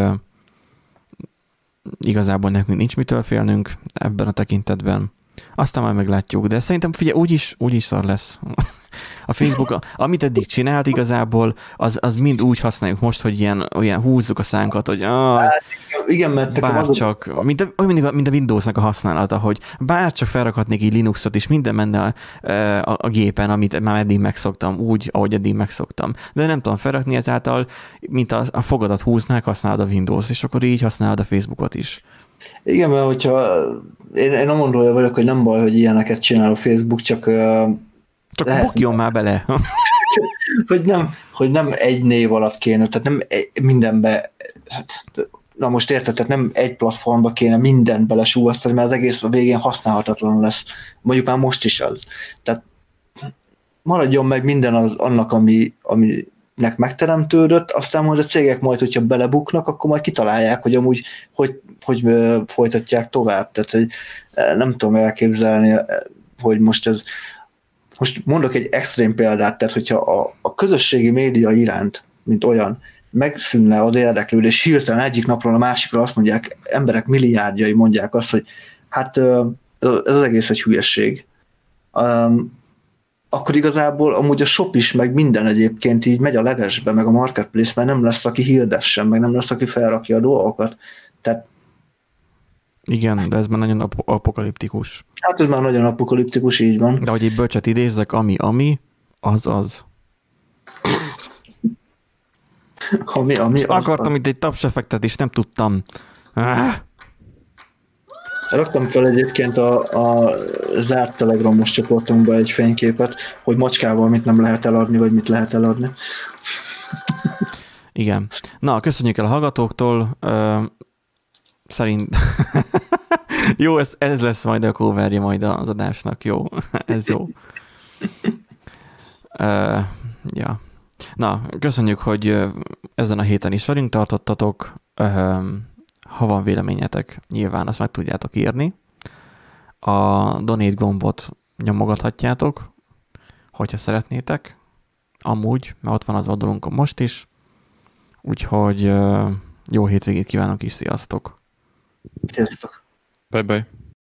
igazából nekünk nincs mitől félnünk ebben a tekintetben. Aztán majd meglátjuk, de szerintem figyelj, úgyis szar lesz. A Facebook, amit eddig csinált igazából, az mind úgy használjuk most, hogy olyan húzzuk a szánkat, hogy igen, mert bárcsak, mint a Windowsnak a használata, hogy bárcsak felrakhatnék így Linuxot, és minden menne a gépen, amit már eddig megszoktam, úgy, ahogy eddig megszoktam. De nem tudom felrakni, ezáltal, mint a fogadat húznák, használod a Windows, és akkor így használod a Facebookot is. Igen, mert hogyha én nem mondója vagyok, hogy nem baj, hogy ilyeneket csinál a Facebook, csak bukjon már bele. hogy nem egy név alatt kéne, tehát nem mindenbe, na most érted, tehát nem egy platformba kéne mindent belesúvasztani, mert az egész a végén használhatatlan lesz. Mondjuk már most is az. Tehát maradjon meg minden annak, aminek megteremtődött, aztán majd a cégek majd, hogyha belebuknak, akkor majd kitalálják, hogy amúgy hogy folytatják tovább. Tehát hogy nem tudom elképzelni, hogy most mondok egy extrém példát, tehát hogyha a közösségi média iránt, mint olyan, megszűnne az érdeklődés, hirtelen egyik napról a másikra azt mondják, emberek milliárdjai mondják azt, hogy hát ez az egész egy hülyesség. Akkor igazából amúgy a shop is, meg minden egyébként így megy a levesbe, meg a marketplace, mert nem lesz, aki hirdessen, meg nem lesz, aki felrakja a dolgokat. Tehát igen, de ez már nagyon apokaliptikus. Hát ez már nagyon apokaliptikus, így van. De hogy egy bölcset idézzek, ami, az. ami akartam itt egy tapseffektet, és nem tudtam. Raktam fel egyébként a zárt telegramos csoportunkba egy fényképet, hogy macskával mit nem lehet eladni, vagy mit lehet eladni. Igen. Na, köszönjük el a hallgatóktól. Szerint... Jó, ez lesz majd a coverje majd az adásnak. Jó, ez jó. Ja. Na, köszönjük, hogy ezen a héten is velünk tartottatok. Ha van véleményetek, nyilván azt meg tudjátok írni. A donate gombot nyomogathatjátok, hogyha szeretnétek. Amúgy, mert ott van az oldalunkon most is. Úgyhogy jó hétvégét kívánok is, sziasztok! Sziasztok! Bye-bye!